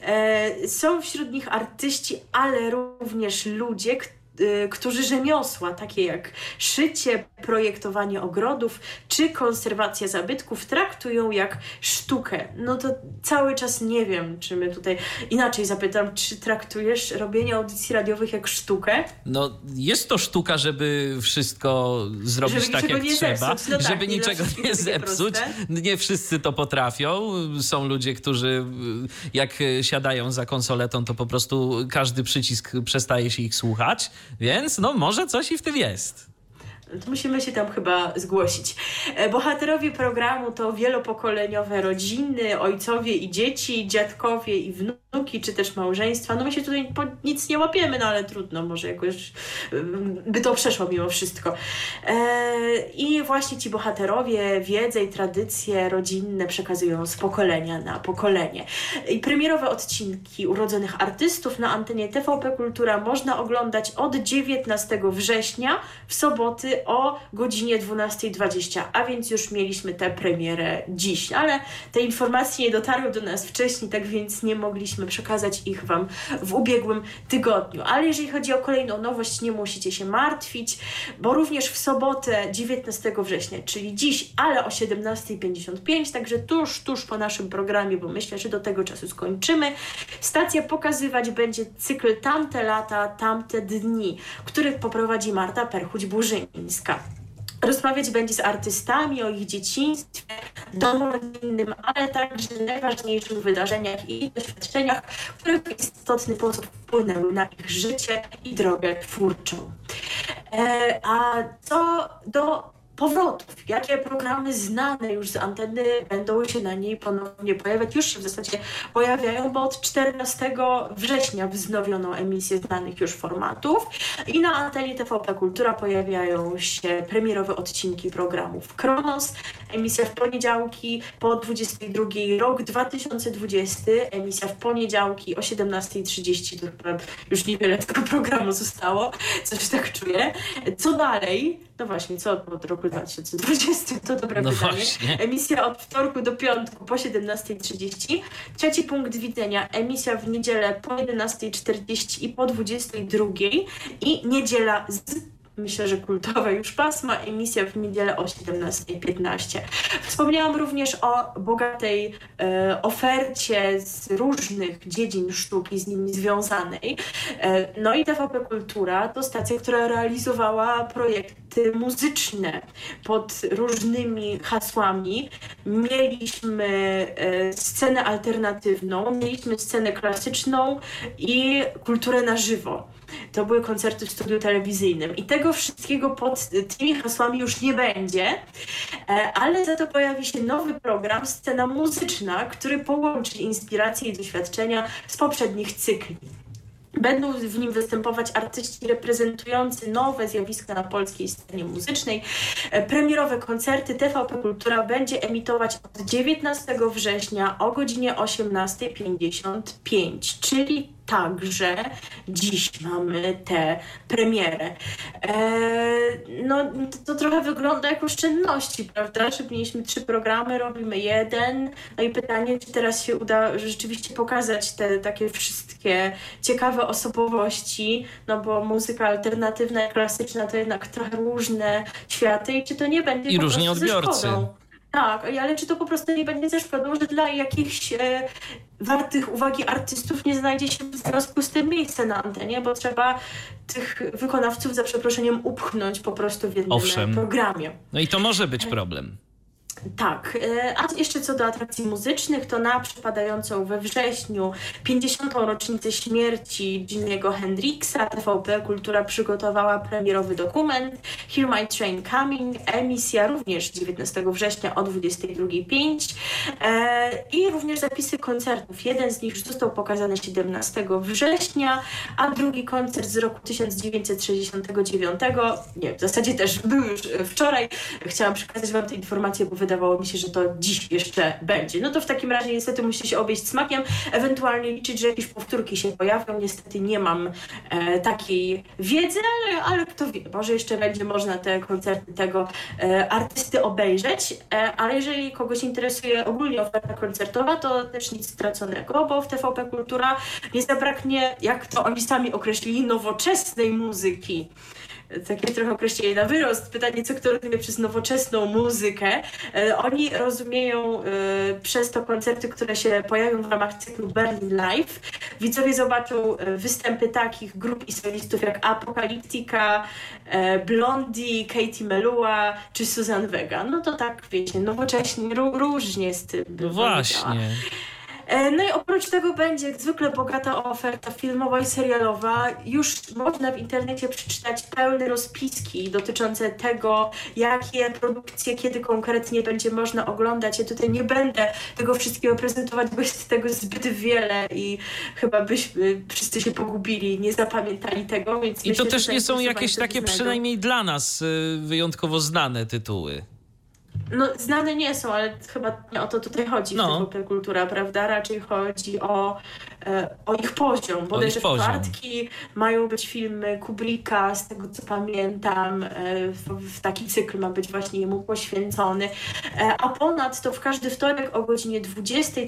Są wśród nich artyści, ale również ludzie, którzy rzemiosła, takie jak szycie, projektowanie ogrodów czy konserwacja zabytków, traktują jak sztukę. No to cały czas nie wiem, czy my tutaj... Inaczej zapytam, czy traktujesz robienie audycji radiowych jak sztukę? No jest to sztuka, żeby wszystko zrobić żeby tak, jak trzeba. Zepsuć. No żeby tak, niczego nie zepsuć. Nie wszyscy to potrafią. Są ludzie, którzy jak siadają za konsoletą, to po prostu każdy przycisk przestaje się ich słuchać. Więc no może coś i w tym jest. To musimy się tam chyba zgłosić. Bohaterowie programu to wielopokoleniowe rodziny, ojcowie i dzieci, dziadkowie i wnuki, czy też małżeństwa. No my się tutaj nic nie łapiemy, no ale trudno, może jakoś by to przeszło mimo wszystko. I właśnie ci bohaterowie wiedzę i tradycje rodzinne przekazują z pokolenia na pokolenie. I premierowe odcinki Urodzonych Artystów na antenie TVP Kultura można oglądać od 19 września w soboty o godzinie 12:20, a więc już mieliśmy tę premierę dziś, ale te informacje nie dotarły do nas wcześniej, tak więc nie mogliśmy przekazać ich Wam w ubiegłym tygodniu. Ale jeżeli chodzi o kolejną nowość, nie musicie się martwić, bo również w sobotę 19 września, czyli dziś, ale o 17:55, także tuż po naszym programie, bo myślę, że do tego czasu skończymy, stacja pokazywać będzie cykl Tamte lata, tamte dni, który poprowadzi Marta Perchuć-Burzyńska. Rozmawiać będzie z artystami o ich dzieciństwie, domu rodzinnym, ale także najważniejszych wydarzeniach i doświadczeniach, które w istotny sposób wpłynęły na ich życie i drogę twórczą. A co do powrotów, jakie programy znane już z anteny będą się na niej ponownie pojawiać, już się w zasadzie pojawiają, bo od 14 września wznowiono emisję znanych już formatów i na antenie TVP Kultura pojawiają się premierowe odcinki programów Kronos, emisja w poniedziałki po 22, rok 2020, emisja w poniedziałki o 17:30, to chyba już niewiele tego programu zostało, coś tak czuję. Co dalej? No właśnie, co od roku 2020? To dobre pytanie. Właśnie. Emisja od wtorku do piątku po 17:30. Trzeci punkt widzenia, emisja w niedzielę po 11:40 i po 22:00 i niedziela z, myślę, że kultowe już pasma, emisja w niedzielę o 17:15. Wspomniałam również o bogatej ofercie z różnych dziedzin sztuki z nimi związanej. No i TVP Kultura to stacja, która realizowała projekty muzyczne pod różnymi hasłami. Mieliśmy scenę alternatywną, mieliśmy scenę klasyczną i kulturę na żywo. To były koncerty w studiu telewizyjnym i tego wszystkiego pod tymi hasłami już nie będzie, ale za to pojawi się nowy program Scena Muzyczna, który połączy inspiracje i doświadczenia z poprzednich cykli. Będą w nim występować artyści reprezentujący nowe zjawiska na polskiej scenie muzycznej. Premierowe koncerty TVP Kultura będzie emitować od 19 września o godzinie 18:55, czyli także dziś mamy tę premierę. No to trochę wygląda jak oszczędności, prawda? Że mieliśmy 3 programy, robimy jeden. No i pytanie, czy teraz się uda rzeczywiście pokazać te takie wszystkie ciekawe osobowości, no bo muzyka alternatywna i klasyczna to jednak trochę różne światy i czy to nie będzie I po różni prostu odbiorcy. ze szkodą? Tak, ale czy to po prostu nie będzie ze szkodą, że dla jakichś wartych uwagi artystów nie znajdzie się w związku z tym miejsce na antenie, bo trzeba tych wykonawców za przeproszeniem upchnąć po prostu w jednym programie. No i to może być problem. Tak, a jeszcze co do atrakcji muzycznych, to na przypadającą we wrześniu 50. rocznicę śmierci Jimiego Hendrixa TVP Kultura przygotowała premierowy dokument Hear My Train Coming, emisja również 19 września o 22:05 i również zapisy koncertów. Jeden z nich już został pokazany 17 września, a drugi koncert z roku 1969, nie, w zasadzie też był już wczoraj. Chciałam przekazać wam tę informację, bo wydawało mi się, że to dziś jeszcze będzie. No to w takim razie niestety musi się obejść smakiem, ewentualnie liczyć, że jakieś powtórki się pojawią. Niestety nie mam takiej wiedzy, ale kto wie, może jeszcze będzie można te koncerty tego artysty obejrzeć, ale jeżeli kogoś interesuje ogólnie oferta koncertowa, to też nic straconego, bo w TVP Kultura nie zabraknie, jak to oni sami określili, nowoczesnej muzyki. Takie trochę określenie na wyrost. Pytanie, co kto rozumie przez nowoczesną muzykę. Oni rozumieją przez to koncerty, które się pojawią w ramach cyklu Berlin Live. Widzowie zobaczą występy takich grup i solistów jak Apocalyptica, Blondie, Katie Melua czy Suzanne Vega. No to tak, wiecie, nowocześnie, różnie z tym. No właśnie. No i oprócz tego będzie jak zwykle bogata oferta filmowa i serialowa. Już można w internecie przeczytać pełne rozpiski dotyczące tego, jakie produkcje, kiedy konkretnie będzie można oglądać. Ja tutaj nie będę tego wszystkiego prezentować, bo jest tego zbyt wiele i chyba byśmy wszyscy się pogubili, nie zapamiętali tego. Więc I myślę, to też nie są jakieś takie znajdą. przynajmniej dla nas wyjątkowo znane tytuły. No, znane nie są, ale chyba nie o to tutaj chodzi w TVP Kultura, prawda? Raczej chodzi o ich poziom. Bodajże w czwartki mają być filmy Kubricka, z tego co pamiętam. W taki cykl ma być właśnie jemu poświęcony. A ponadto w każdy wtorek o godzinie 20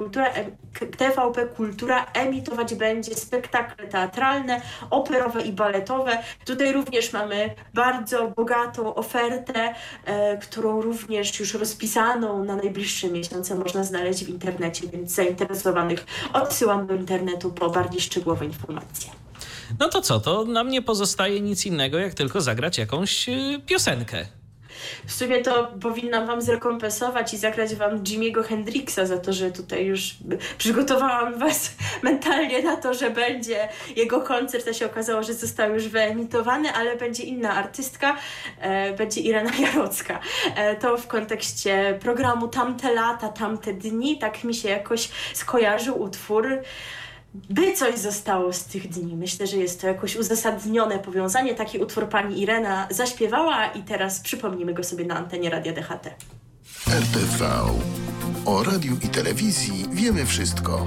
TVP Kultura emitować będzie spektakle teatralne, operowe i baletowe. Tutaj również mamy bardzo bogatą ofertę, którą również już rozpisaną na najbliższe miesiące można znaleźć w internecie, więc zainteresowanych odsyłam do internetu po bardziej szczegółowe informacje. No to co, to nam nie pozostaje nic innego, jak tylko zagrać jakąś piosenkę. W sumie to powinnam wam zrekompensować i zagrać wam Jimiego Hendrixa za to, że tutaj już przygotowałam was mentalnie na to, że będzie jego koncert, a się okazało, że został już wyemitowany, ale będzie inna artystka, będzie Irena Jarocka. To w kontekście programu Tamte lata, tamte dni, tak mi się jakoś skojarzył utwór. By coś zostało z tych dni. Myślę, że jest to jakoś uzasadnione powiązanie. Taki utwór pani Irena zaśpiewała i teraz przypomnimy go sobie na antenie Radia DHT. RTV. O radiu i telewizji wiemy wszystko.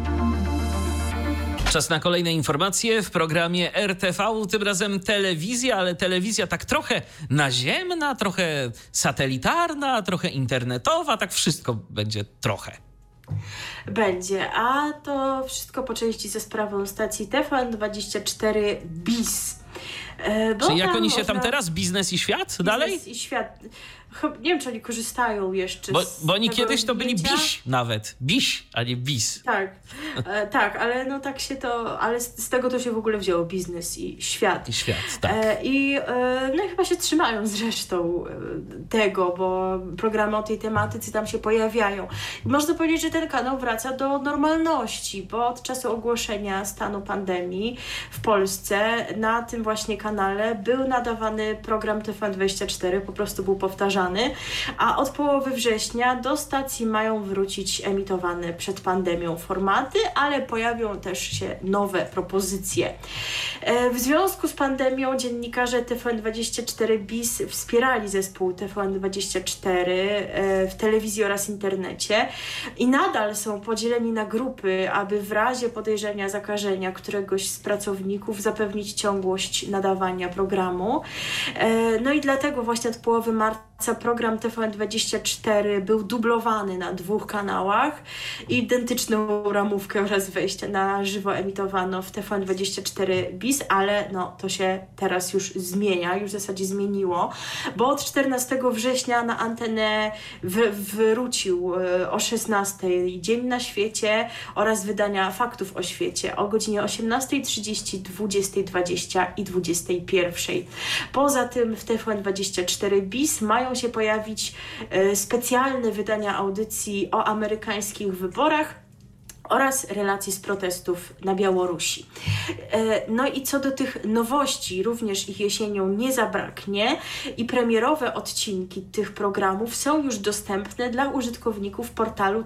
Czas na kolejne informacje w programie RTV, tym razem telewizja, ale telewizja tak trochę naziemna, trochę satelitarna, trochę internetowa, tak wszystko będzie trochę. Będzie, a to wszystko po części ze sprawą stacji TVN24 BIS. Czyli jak oni się tam teraz, Biznes i Świat dalej? Biznes i Świat. Nie wiem, czy oni korzystają jeszcze bo oni kiedyś to byli rozwinięcia. BIS nawet. BIS, a nie BIS. Tak, tak, ale no tak się to, ale z tego to się w ogóle wzięło, Biznes i Świat. I Świat, tak. No i chyba się trzymają zresztą tego, bo programy o tej tematyce tam się pojawiają. I można powiedzieć, że ten kanał wraca do normalności, bo od czasu ogłoszenia stanu pandemii w Polsce na tym właśnie kanale był nadawany program TVN24, po prostu był powtarzany, a od połowy września do stacji mają wrócić emitowane przed pandemią formaty, ale pojawią też się nowe propozycje. W związku z pandemią dziennikarze TVN24 BIS wspierali zespół TVN24 w telewizji oraz internecie i nadal są podzieleni na grupy, aby w razie podejrzenia zakażenia któregoś z pracowników zapewnić ciągłość nadawania programu. No i dlatego właśnie od połowy marca program TVN24 był dublowany na 2 kanałach. Identyczną ramówkę oraz wejście na żywo emitowano w TVN24 BIS, ale no to się teraz już zmienia, już w zasadzie zmieniło, bo od 14 września na antenę wrócił o 16:00 Dzień na świecie oraz wydania faktów o świecie o godzinie 18:30, 20:20 i 21:00. Poza tym w TVN24 BIS mają się się pojawić specjalne wydania audycji o amerykańskich wyborach oraz relacji z protestów na Białorusi. No i co do tych nowości, również ich jesienią nie zabraknie i premierowe odcinki tych programów są już dostępne dla użytkowników portalu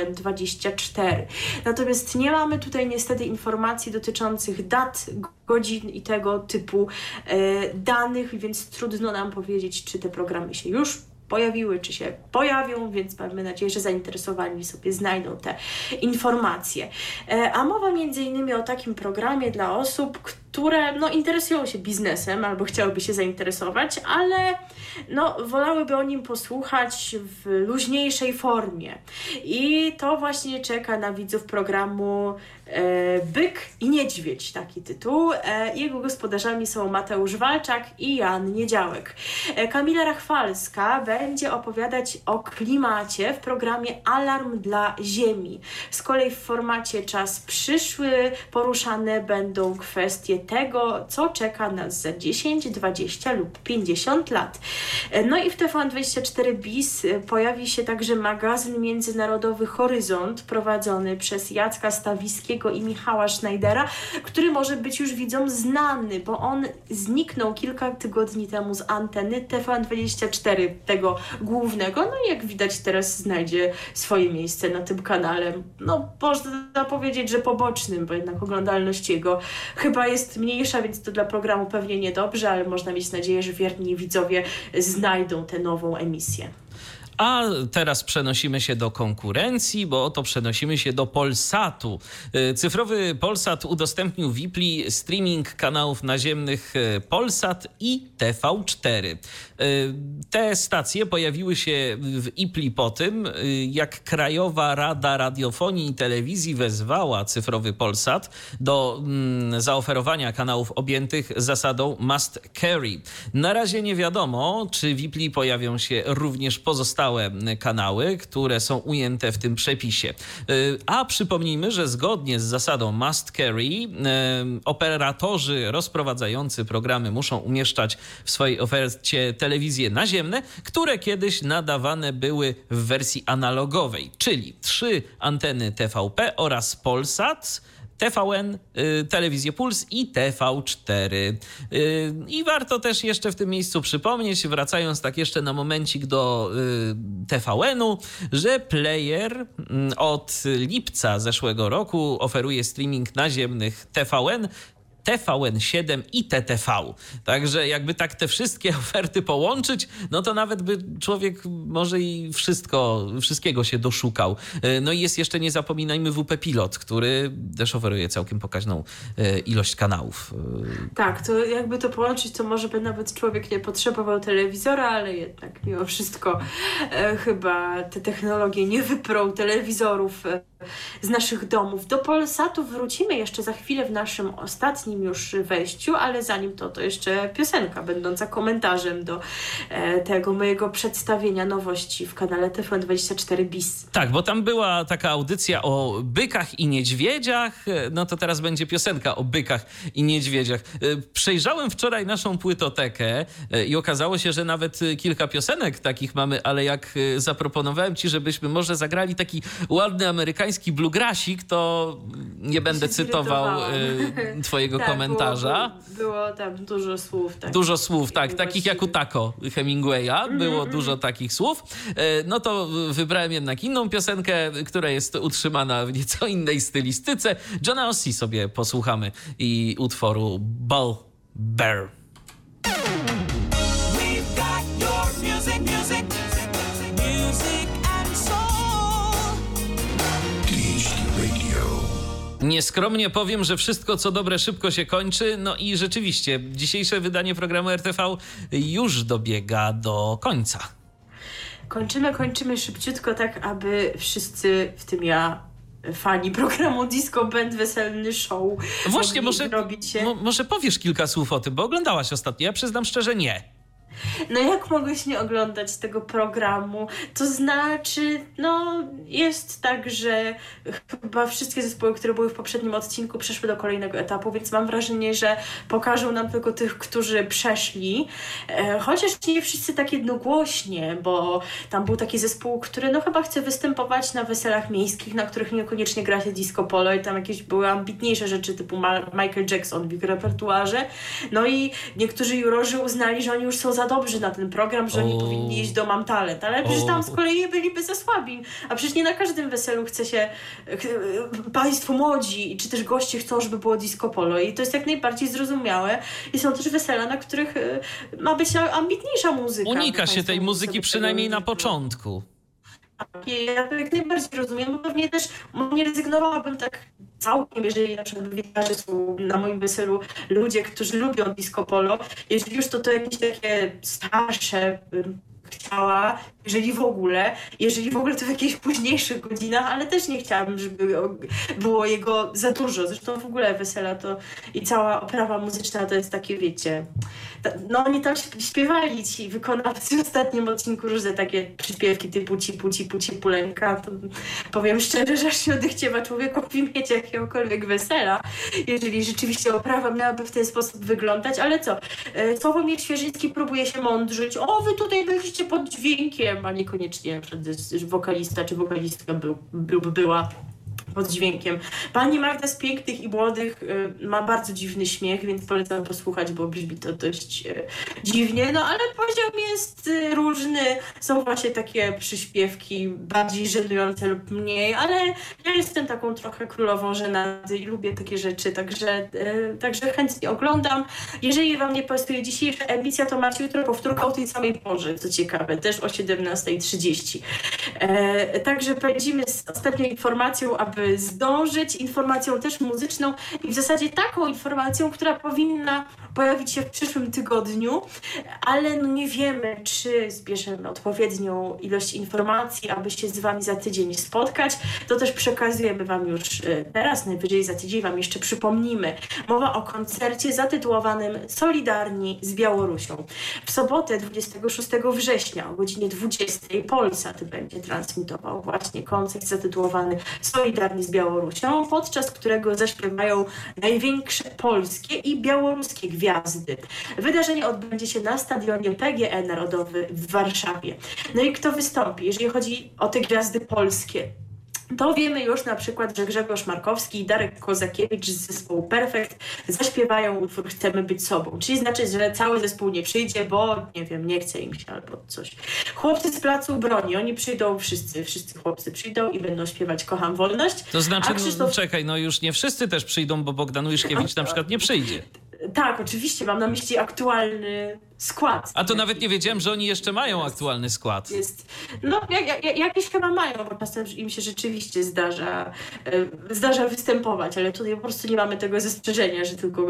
TVN24. Natomiast nie mamy tutaj niestety informacji dotyczących dat, godzin i tego typu danych, więc trudno nam powiedzieć, czy te programy się już pojawiły, czy się pojawią, więc mamy nadzieję, że zainteresowani sobie znajdą te informacje. A mowa między innymi o takim programie dla osób, które interesują się biznesem albo chciałyby się zainteresować, ale wolałyby o nim posłuchać w luźniejszej formie. I to właśnie czeka na widzów programu Byk i Niedźwiedź, taki tytuł. Jego gospodarzami są Mateusz Walczak i Jan Niedziałek. Kamila Rachwalska będzie opowiadać o klimacie w programie Alarm dla Ziemi. Z kolei w formacie Czas przyszły poruszane będą kwestie tego, co czeka nas za 10, 20 lub 50 lat. No i w TVN24 BIS pojawi się także magazyn międzynarodowy Horyzont, prowadzony przez Jacka Stawiskiego i Michała Schneidera, który może być już widzom znany, bo on zniknął kilka tygodni temu z anteny TVN24, tego głównego, no i jak widać teraz znajdzie swoje miejsce na tym kanale. Można powiedzieć, że pobocznym, bo jednak oglądalność jego chyba jest mniejsza, więc to dla programu pewnie niedobrze, ale można mieć nadzieję, że wierni widzowie znajdą tę nową emisję. A teraz przenosimy się do konkurencji, bo oto przenosimy się do Polsatu. Cyfrowy Polsat udostępnił w Ipli streaming kanałów naziemnych Polsat i TV4. Te stacje pojawiły się w Ipli po tym, jak Krajowa Rada Radiofonii i Telewizji wezwała cyfrowy Polsat do zaoferowania kanałów objętych zasadą must carry. Na razie nie wiadomo, czy w Ipli pojawią się również pozostałe kanały, które są ujęte w tym przepisie. A przypomnijmy, że zgodnie z zasadą must carry operatorzy rozprowadzający programy muszą umieszczać w swojej ofercie telewizje naziemne, które kiedyś nadawane były w wersji analogowej, czyli 3 anteny TVP oraz Polsat, TVN, Telewizję Puls i TV4. I warto też jeszcze w tym miejscu przypomnieć, wracając tak jeszcze na momencik do TVN-u, że Player od lipca zeszłego roku oferuje streaming naziemnych TVN, TVN7 i TTV. Także jakby tak te wszystkie oferty połączyć, no to nawet by człowiek może i wszystkiego się doszukał. No i jest jeszcze, nie zapominajmy, WP Pilot, który też oferuje całkiem pokaźną ilość kanałów. Tak, to jakby to połączyć, to może by nawet człowiek nie potrzebował telewizora, ale jednak mimo wszystko chyba te technologie nie wyprą telewizorów z naszych domów. Do Polsatu wrócimy jeszcze za chwilę w naszym ostatnim już wejściu, ale zanim to jeszcze piosenka będąca komentarzem do tego mojego przedstawienia nowości w kanale TVN24 BIS. Tak, bo tam była taka audycja o bykach i niedźwiedziach, no to teraz będzie piosenka o bykach i niedźwiedziach. Przejrzałem wczoraj naszą płytotekę i okazało się, że nawet kilka piosenek takich mamy, ale jak zaproponowałem ci, żebyśmy może zagrali taki ładny amerykański bluegrassik, to nie będę cytował twojego komentarza. Było tam dużo słów. Tak. Dużo słów, tak. Takich jak u Taco Hemingwaya. Było dużo takich słów. No to wybrałem jednak inną piosenkę, która jest utrzymana w nieco innej stylistyce. Johna Ossie sobie posłuchamy i utworu Bull Bear. We've got your music and soul. Jeśli Radio. Nieskromnie powiem, że wszystko co dobre szybko się kończy. No i rzeczywiście, dzisiejsze wydanie programu RTV już dobiega do końca. Kończymy szybciutko, tak aby wszyscy, w tym ja, fani programu Disco Band Weselny Show, Właśnie, robić się. może powiesz kilka słów o tym, bo oglądałaś ostatnio. Ja przyznam szczerze, nie. No jak mogłeś nie oglądać tego programu? To znaczy, no jest tak, że chyba wszystkie zespoły, które były w poprzednim odcinku, przeszły do kolejnego etapu, więc mam wrażenie, że pokażą nam tylko tych, którzy przeszli. Chociaż nie wszyscy tak jednogłośnie, bo tam był taki zespół, który no chyba chce występować na weselach miejskich, na których niekoniecznie gra się disco polo i tam jakieś były ambitniejsze rzeczy typu Michael Jackson w ich repertuarze. No i niektórzy jurorzy uznali, że oni już są za dobrzy na ten program, że oni powinni iść do Mam Talent, ale przecież tam z kolei byliby ze słabi, a przecież nie na każdym weselu chce się państwo młodzi, czy też goście chcą, żeby było disco polo i to jest jak najbardziej zrozumiałe i są też wesela, na których ma być ambitniejsza muzyka. Unika się tej muzyki przynajmniej na początku. Ja to jak najbardziej rozumiem, bo pewnie też nie rezygnowałabym tak całkiem, jeżeli na przykład wiedziała, że są na moim weselu ludzie, którzy lubią disco polo, jeżeli już to jakieś takie starsze chciała, jeżeli w ogóle to w jakichś późniejszych godzinach, ale też nie chciałabym, żeby było jego za dużo. Zresztą w ogóle wesela to i cała oprawa muzyczna to jest takie, wiecie, no oni tam śpiewali ci wykonawcy w ostatnim odcinku różne takie przyśpiewki typu cipuleńka. To powiem szczerze, że aż się odechciewa człowiekowi mieć jakiegokolwiek wesela, jeżeli rzeczywiście oprawa miałaby w ten sposób wyglądać, ale co? Sławomir Świeżycki próbuje się mądrzyć, o wy tutaj byliście pod dźwiękiem, a niekoniecznie wokalista czy wokalistka była pod dźwiękiem. Pani Magda z Pięknych i Młodych ma bardzo dziwny śmiech, więc polecam posłuchać, bo brzmi to dość dziwnie, no ale poziom jest różny. Są właśnie takie przyśpiewki bardziej żenujące lub mniej, ale ja jestem taką trochę królową żenady i lubię takie rzeczy, także chętnie oglądam. Jeżeli wam nie pasuje dzisiejsza emisja, to macie jutro powtórkę o tej samej porze, co ciekawe, też o 17:30. Także pędzimy z ostatnią informacją, aby zdążyć, informacją też muzyczną i w zasadzie taką informacją, która powinna pojawić się w przyszłym tygodniu, ale no nie wiemy, czy zbierzemy odpowiednią ilość informacji, aby się z wami za tydzień spotkać. To też przekazujemy wam już teraz, najwyżej za tydzień wam jeszcze przypomnimy. Mowa o koncercie zatytułowanym Solidarni z Białorusią. W sobotę 26 września o godzinie 20 Polsat będzie transmitował właśnie koncert zatytułowany Solidarni z Białorusią, podczas którego zaśpiewają największe polskie i białoruskie gwiazdy. Wydarzenie odbędzie się na stadionie PGE Narodowy w Warszawie. No i kto wystąpi? Jeżeli chodzi o te gwiazdy polskie, to wiemy już na przykład, że Grzegorz Markowski i Darek Kozakiewicz z zespołu Perfekt zaśpiewają utwór Chcemy być sobą. Czyli znaczy, że cały zespół nie przyjdzie, bo nie wiem, nie chce im się albo coś. Chłopcy z Placu Broni, oni przyjdą, wszyscy chłopcy przyjdą i będą śpiewać Kocham wolność. To znaczy, Krzysztof... czekaj, no już nie wszyscy też przyjdą, bo Bogdan Łyszkiewicz na przykład nie przyjdzie. Tak, oczywiście, mam na myśli aktualny skład. A to nawet nie wiedziałem, że oni jeszcze mają aktualny skład. No, jakieś chyba mają, bo czasem im się rzeczywiście zdarza występować, ale tutaj po prostu nie mamy tego zastrzeżenia, że tylko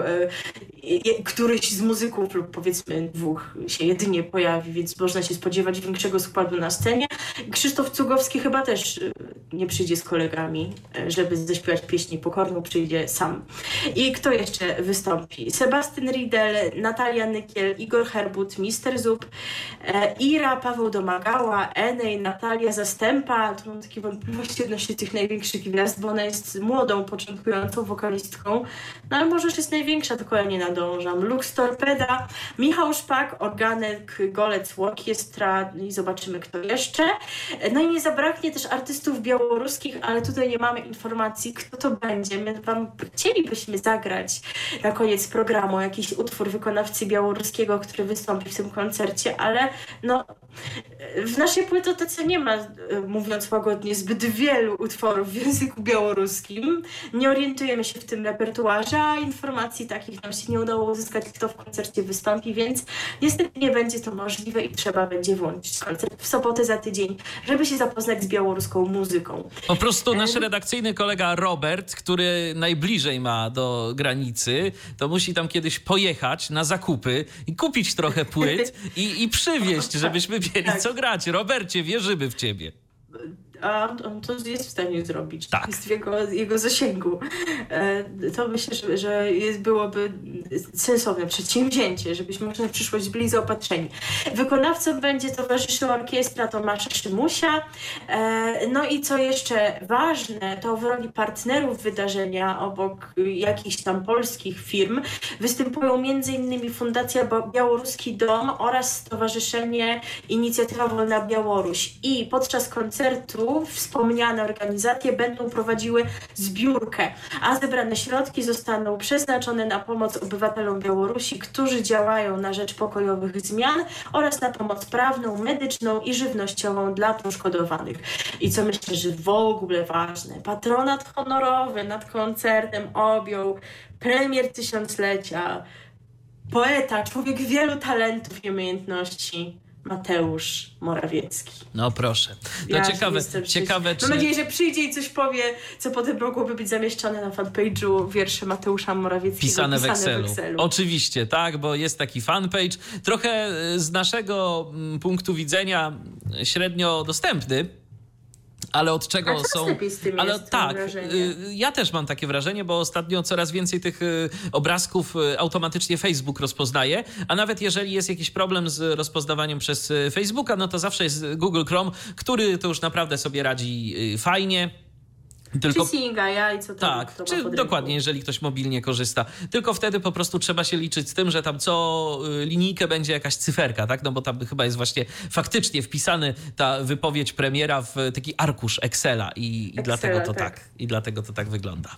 któryś z muzyków lub powiedzmy dwóch się jedynie pojawi, więc można się spodziewać większego składu na scenie. Krzysztof Cugowski chyba też nie przyjdzie z kolegami, żeby zaśpiewać pieśni Pokorną, przyjdzie sam. I kto jeszcze wystąpi? Sebastian Riedel, Natalia Nykiel, Igor Herbut, Mister Zub, Ira, Paweł Domagała, Enej, Natalia Zastępa. Tu mam takie wątpliwości odnośnie tych największych gwiazd, bo ona jest młodą, początkującą wokalistką, no ale może już jest największa, tylko ja nie nadążam. Lux Torpeda, Michał Szpak, Organek, Golec, Orkiestra i zobaczymy kto jeszcze. No i nie zabraknie też artystów białoruskich, ale tutaj nie mamy informacji, kto to będzie. My wam chcielibyśmy zagrać na koniec programu jakiś utwór wykonawcy białoruskiego, który wystąpi w tym koncercie, ale no w naszej płytotece nie ma, mówiąc łagodnie, zbyt wielu utworów w języku białoruskim. Nie orientujemy się w tym repertuarze, a informacji takich nam się nie udało uzyskać, kto w koncercie wystąpi, więc niestety nie będzie to możliwe i trzeba będzie włączyć koncert w sobotę za tydzień, żeby się zapoznać z białoruską muzyką. Po prostu nasz redakcyjny kolega Robert, który najbliżej ma do granicy, to musi tam kiedyś pojechać na zakupy i kupić trochę płyt i przywieźć, żebyśmy mieli co grać. Robercie, wierzymy w ciebie. A on to jest w stanie zrobić. Tak. Jest w jego zasięgu. To myślę, że byłoby sensowne przedsięwzięcie, żebyśmy może na przyszłość byli zaopatrzeni. Wykonawcom będzie towarzyszyła orkiestra Tomasza Szymusia. No i co jeszcze ważne, to w roli partnerów wydarzenia obok jakichś tam polskich firm występują m.in. Fundacja Białoruski Dom oraz Stowarzyszenie Inicjatywa Wolna Białoruś. I podczas koncertu wspomniane organizacje będą prowadziły zbiórkę, a zebrane środki zostaną przeznaczone na pomoc obywatelom Białorusi, którzy działają na rzecz pokojowych zmian oraz na pomoc prawną, medyczną i żywnościową dla poszkodowanych. I co myślę, że w ogóle ważne, patronat honorowy nad koncertem objął premier tysiąclecia, poeta, człowiek wielu talentów i umiejętności, Mateusz Morawiecki. No proszę. No Ja ciekawe czy... Mam nadzieję, że przyjdzie i coś powie, co potem mogłoby być zamieszczone na fanpage'u wiersze Mateusza Morawieckiego. Pisane w Excelu. Oczywiście, tak, bo jest taki fanpage. Trochę z naszego punktu widzenia średnio dostępny. Ale od czego są... lepiej z tym ale jest, tak, wrażenie. ja też mam takie wrażenie, bo ostatnio coraz więcej tych obrazków automatycznie Facebook rozpoznaje, a nawet jeżeli jest jakiś problem z rozpoznawaniem przez Facebooka, no to zawsze jest Google Chrome, który to już naprawdę sobie radzi fajnie. Tylko... Czy Singa, i co tam Tak, kto ma czy pod dokładnie, ręką. jeżeli ktoś mobilnie korzysta. Tylko wtedy po prostu trzeba się liczyć z tym, że tam co linijkę będzie jakaś cyferka, tak? No bo tam chyba jest właśnie faktycznie wpisany ta wypowiedź premiera w taki arkusz Excela i dlatego to tak. I dlatego to tak wygląda.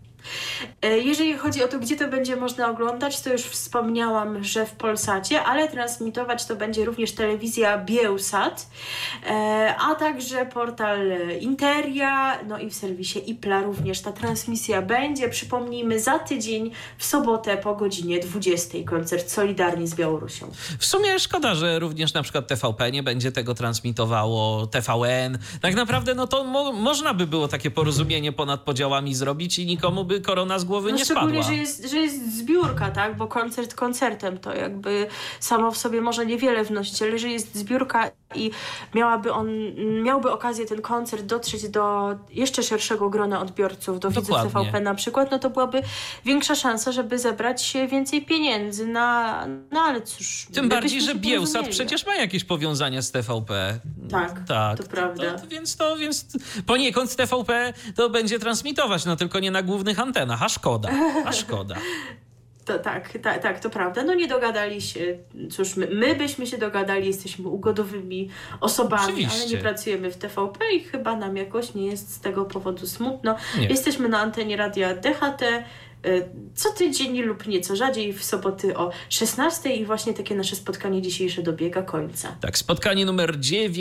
Jeżeli chodzi o to, gdzie to będzie można oglądać, to już wspomniałam, że w Polsacie, ale transmitować to będzie również telewizja Biełsat, a także portal Interia, no i w serwisie Ipla również ta transmisja będzie. Przypomnijmy, za tydzień w sobotę po godzinie 20 koncert Solidarni z Białorusią. W sumie szkoda, że również na przykład TVP nie będzie tego transmitowało, TVN. Tak naprawdę no to można by było takie porozumienie ponad podziałami zrobić i nikomu by korona z głowy nie spadła. Szczególnie, że jest zbiórka, tak? Bo koncert koncertem to jakby samo w sobie może niewiele wnosić, ale że jest zbiórka i miałby okazję ten koncert dotrzeć do jeszcze szerszego grona odbiorców, do widzów TVP na przykład, no to byłaby większa szansa, żeby zebrać więcej pieniędzy no ale cóż... Tym bardziej, że Biełsat przecież ma jakieś powiązania z TVP. Tak, to prawda. Więc poniekąd TVP to będzie transmitować, no tylko nie na głównych antenach, a szkoda. To tak, to prawda. No nie dogadali się. Cóż, my byśmy się dogadali, jesteśmy ugodowymi osobami, Oczywiście. ale nie pracujemy w TVP i chyba nam jakoś nie jest z tego powodu smutno. Nie. Jesteśmy na antenie radia DHT co tydzień lub nieco rzadziej w soboty o 16 i właśnie takie nasze spotkanie dzisiejsze dobiega końca. Tak, spotkanie numer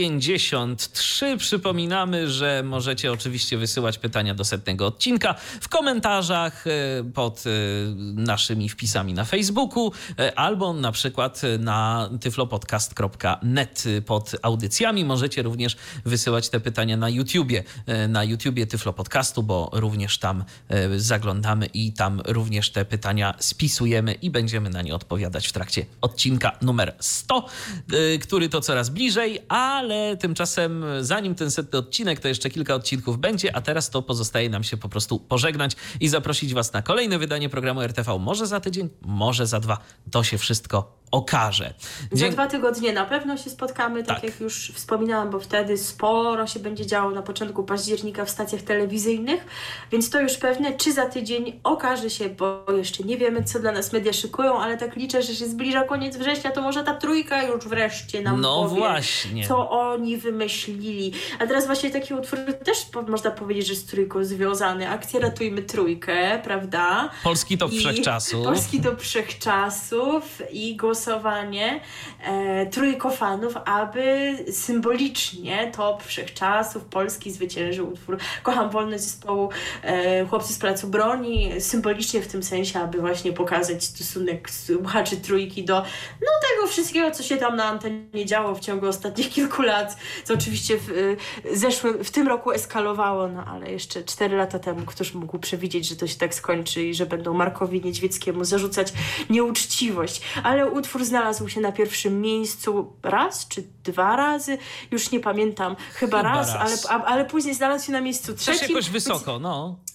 93. Przypominamy, że możecie oczywiście wysyłać pytania do 100. odcinka w komentarzach pod naszymi wpisami na Facebooku albo na przykład na tyflopodcast.net pod audycjami. Możecie również wysyłać te pytania na YouTubie Tyflo Podcastu, bo również tam zaglądamy i tam również te pytania spisujemy i będziemy na nie odpowiadać w trakcie odcinka numer 100, który to coraz bliżej, ale tymczasem zanim ten 100. odcinek, to jeszcze kilka odcinków będzie, a teraz to pozostaje nam się po prostu pożegnać i zaprosić was na kolejne wydanie programu RTV. Może za tydzień, może za 2. To się wszystko okaże. Za 2 tygodnie na pewno się spotkamy, tak jak już wspominałam, bo wtedy sporo się będzie działo na początku października w stacjach telewizyjnych, więc to już pewne. Czy za tydzień okaże się, bo jeszcze nie wiemy, co dla nas media szykują, ale tak liczę, że się zbliża koniec września, to może ta trójka już wreszcie nam powie, właśnie, co oni wymyślili. A teraz właśnie taki utwór też można powiedzieć, że z trójką związany. Akcja Ratujmy Trójkę, prawda? Polski top wszechczasów. Polski top wszechczasów i głosowanie trójkofanów, aby symbolicznie top wszechczasów Polski zwyciężył utwór Kocham wolność zespołu Chłopcy z Placu Broni. Symbolicznie w tym sensie, aby właśnie pokazać stosunek słuchaczy trójki do tego wszystkiego, co się tam na antenie działo w ciągu ostatnich kilku lat, co oczywiście w tym roku eskalowało, ale jeszcze 4 lata temu któż mógł przewidzieć, że to się tak skończy i że będą Markowi Niedźwieckiemu zarzucać nieuczciwość. Ale utwór znalazł się na pierwszym miejscu raz czy 2 razy, już nie pamiętam, chyba raz. Ale później znalazł się na miejscu 3. Też jakoś wysoko,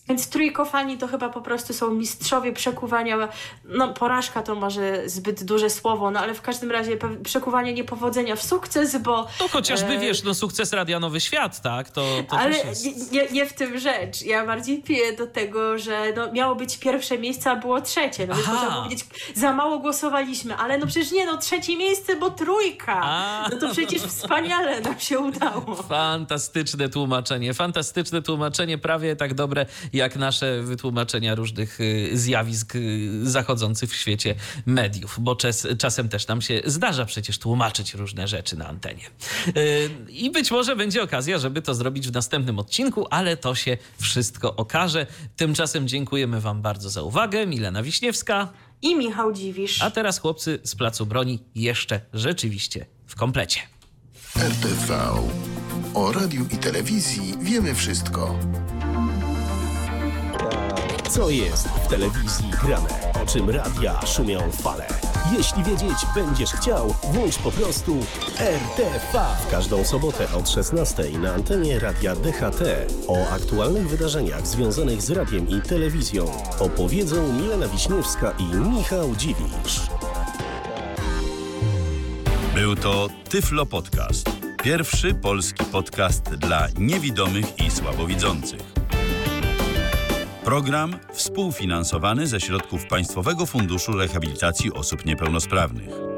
Więc trójkofani to chyba po prostu są mistrzowie przekuwania, no porażka to może zbyt duże słowo, no ale w każdym razie przekuwanie niepowodzenia w sukces, bo... To chociażby, wiesz, no sukces Radia Nowy Świat, tak? To ale też jest... nie w tym rzecz. Ja bardziej piję do tego, że no, miało być pierwsze miejsce, a było trzecie. No więc można powiedzieć, za mało głosowaliśmy, ale no przecież nie, no trzecie miejsce, bo trójka. No to przecież wspaniale nam się udało. Fantastyczne tłumaczenie, prawie tak dobre jak nasze wytłumaczenia różnych zjawisk zachodzących w świecie mediów, bo czasem też nam się zdarza przecież tłumaczyć różne rzeczy na antenie. I być może będzie okazja, żeby to zrobić w następnym odcinku, ale to się wszystko okaże. Tymczasem dziękujemy wam bardzo za uwagę. Milena Wiśniewska i Michał Dziwisz. A teraz chłopcy z Placu Broni jeszcze rzeczywiście w komplecie. RTV. O radiu i telewizji wiemy wszystko. Co jest w telewizji grane? O czym radia szumią fale? Jeśli wiedzieć będziesz chciał, włącz po prostu RTV. W każdą sobotę od 16 na antenie Radia DHT. O aktualnych wydarzeniach związanych z radiem i telewizją opowiedzą Milena Wiśniewska i Michał Dziwisz. Był to Tyflo Podcast. Pierwszy polski podcast dla niewidomych i słabowidzących. Program współfinansowany ze środków Państwowego Funduszu Rehabilitacji Osób Niepełnosprawnych.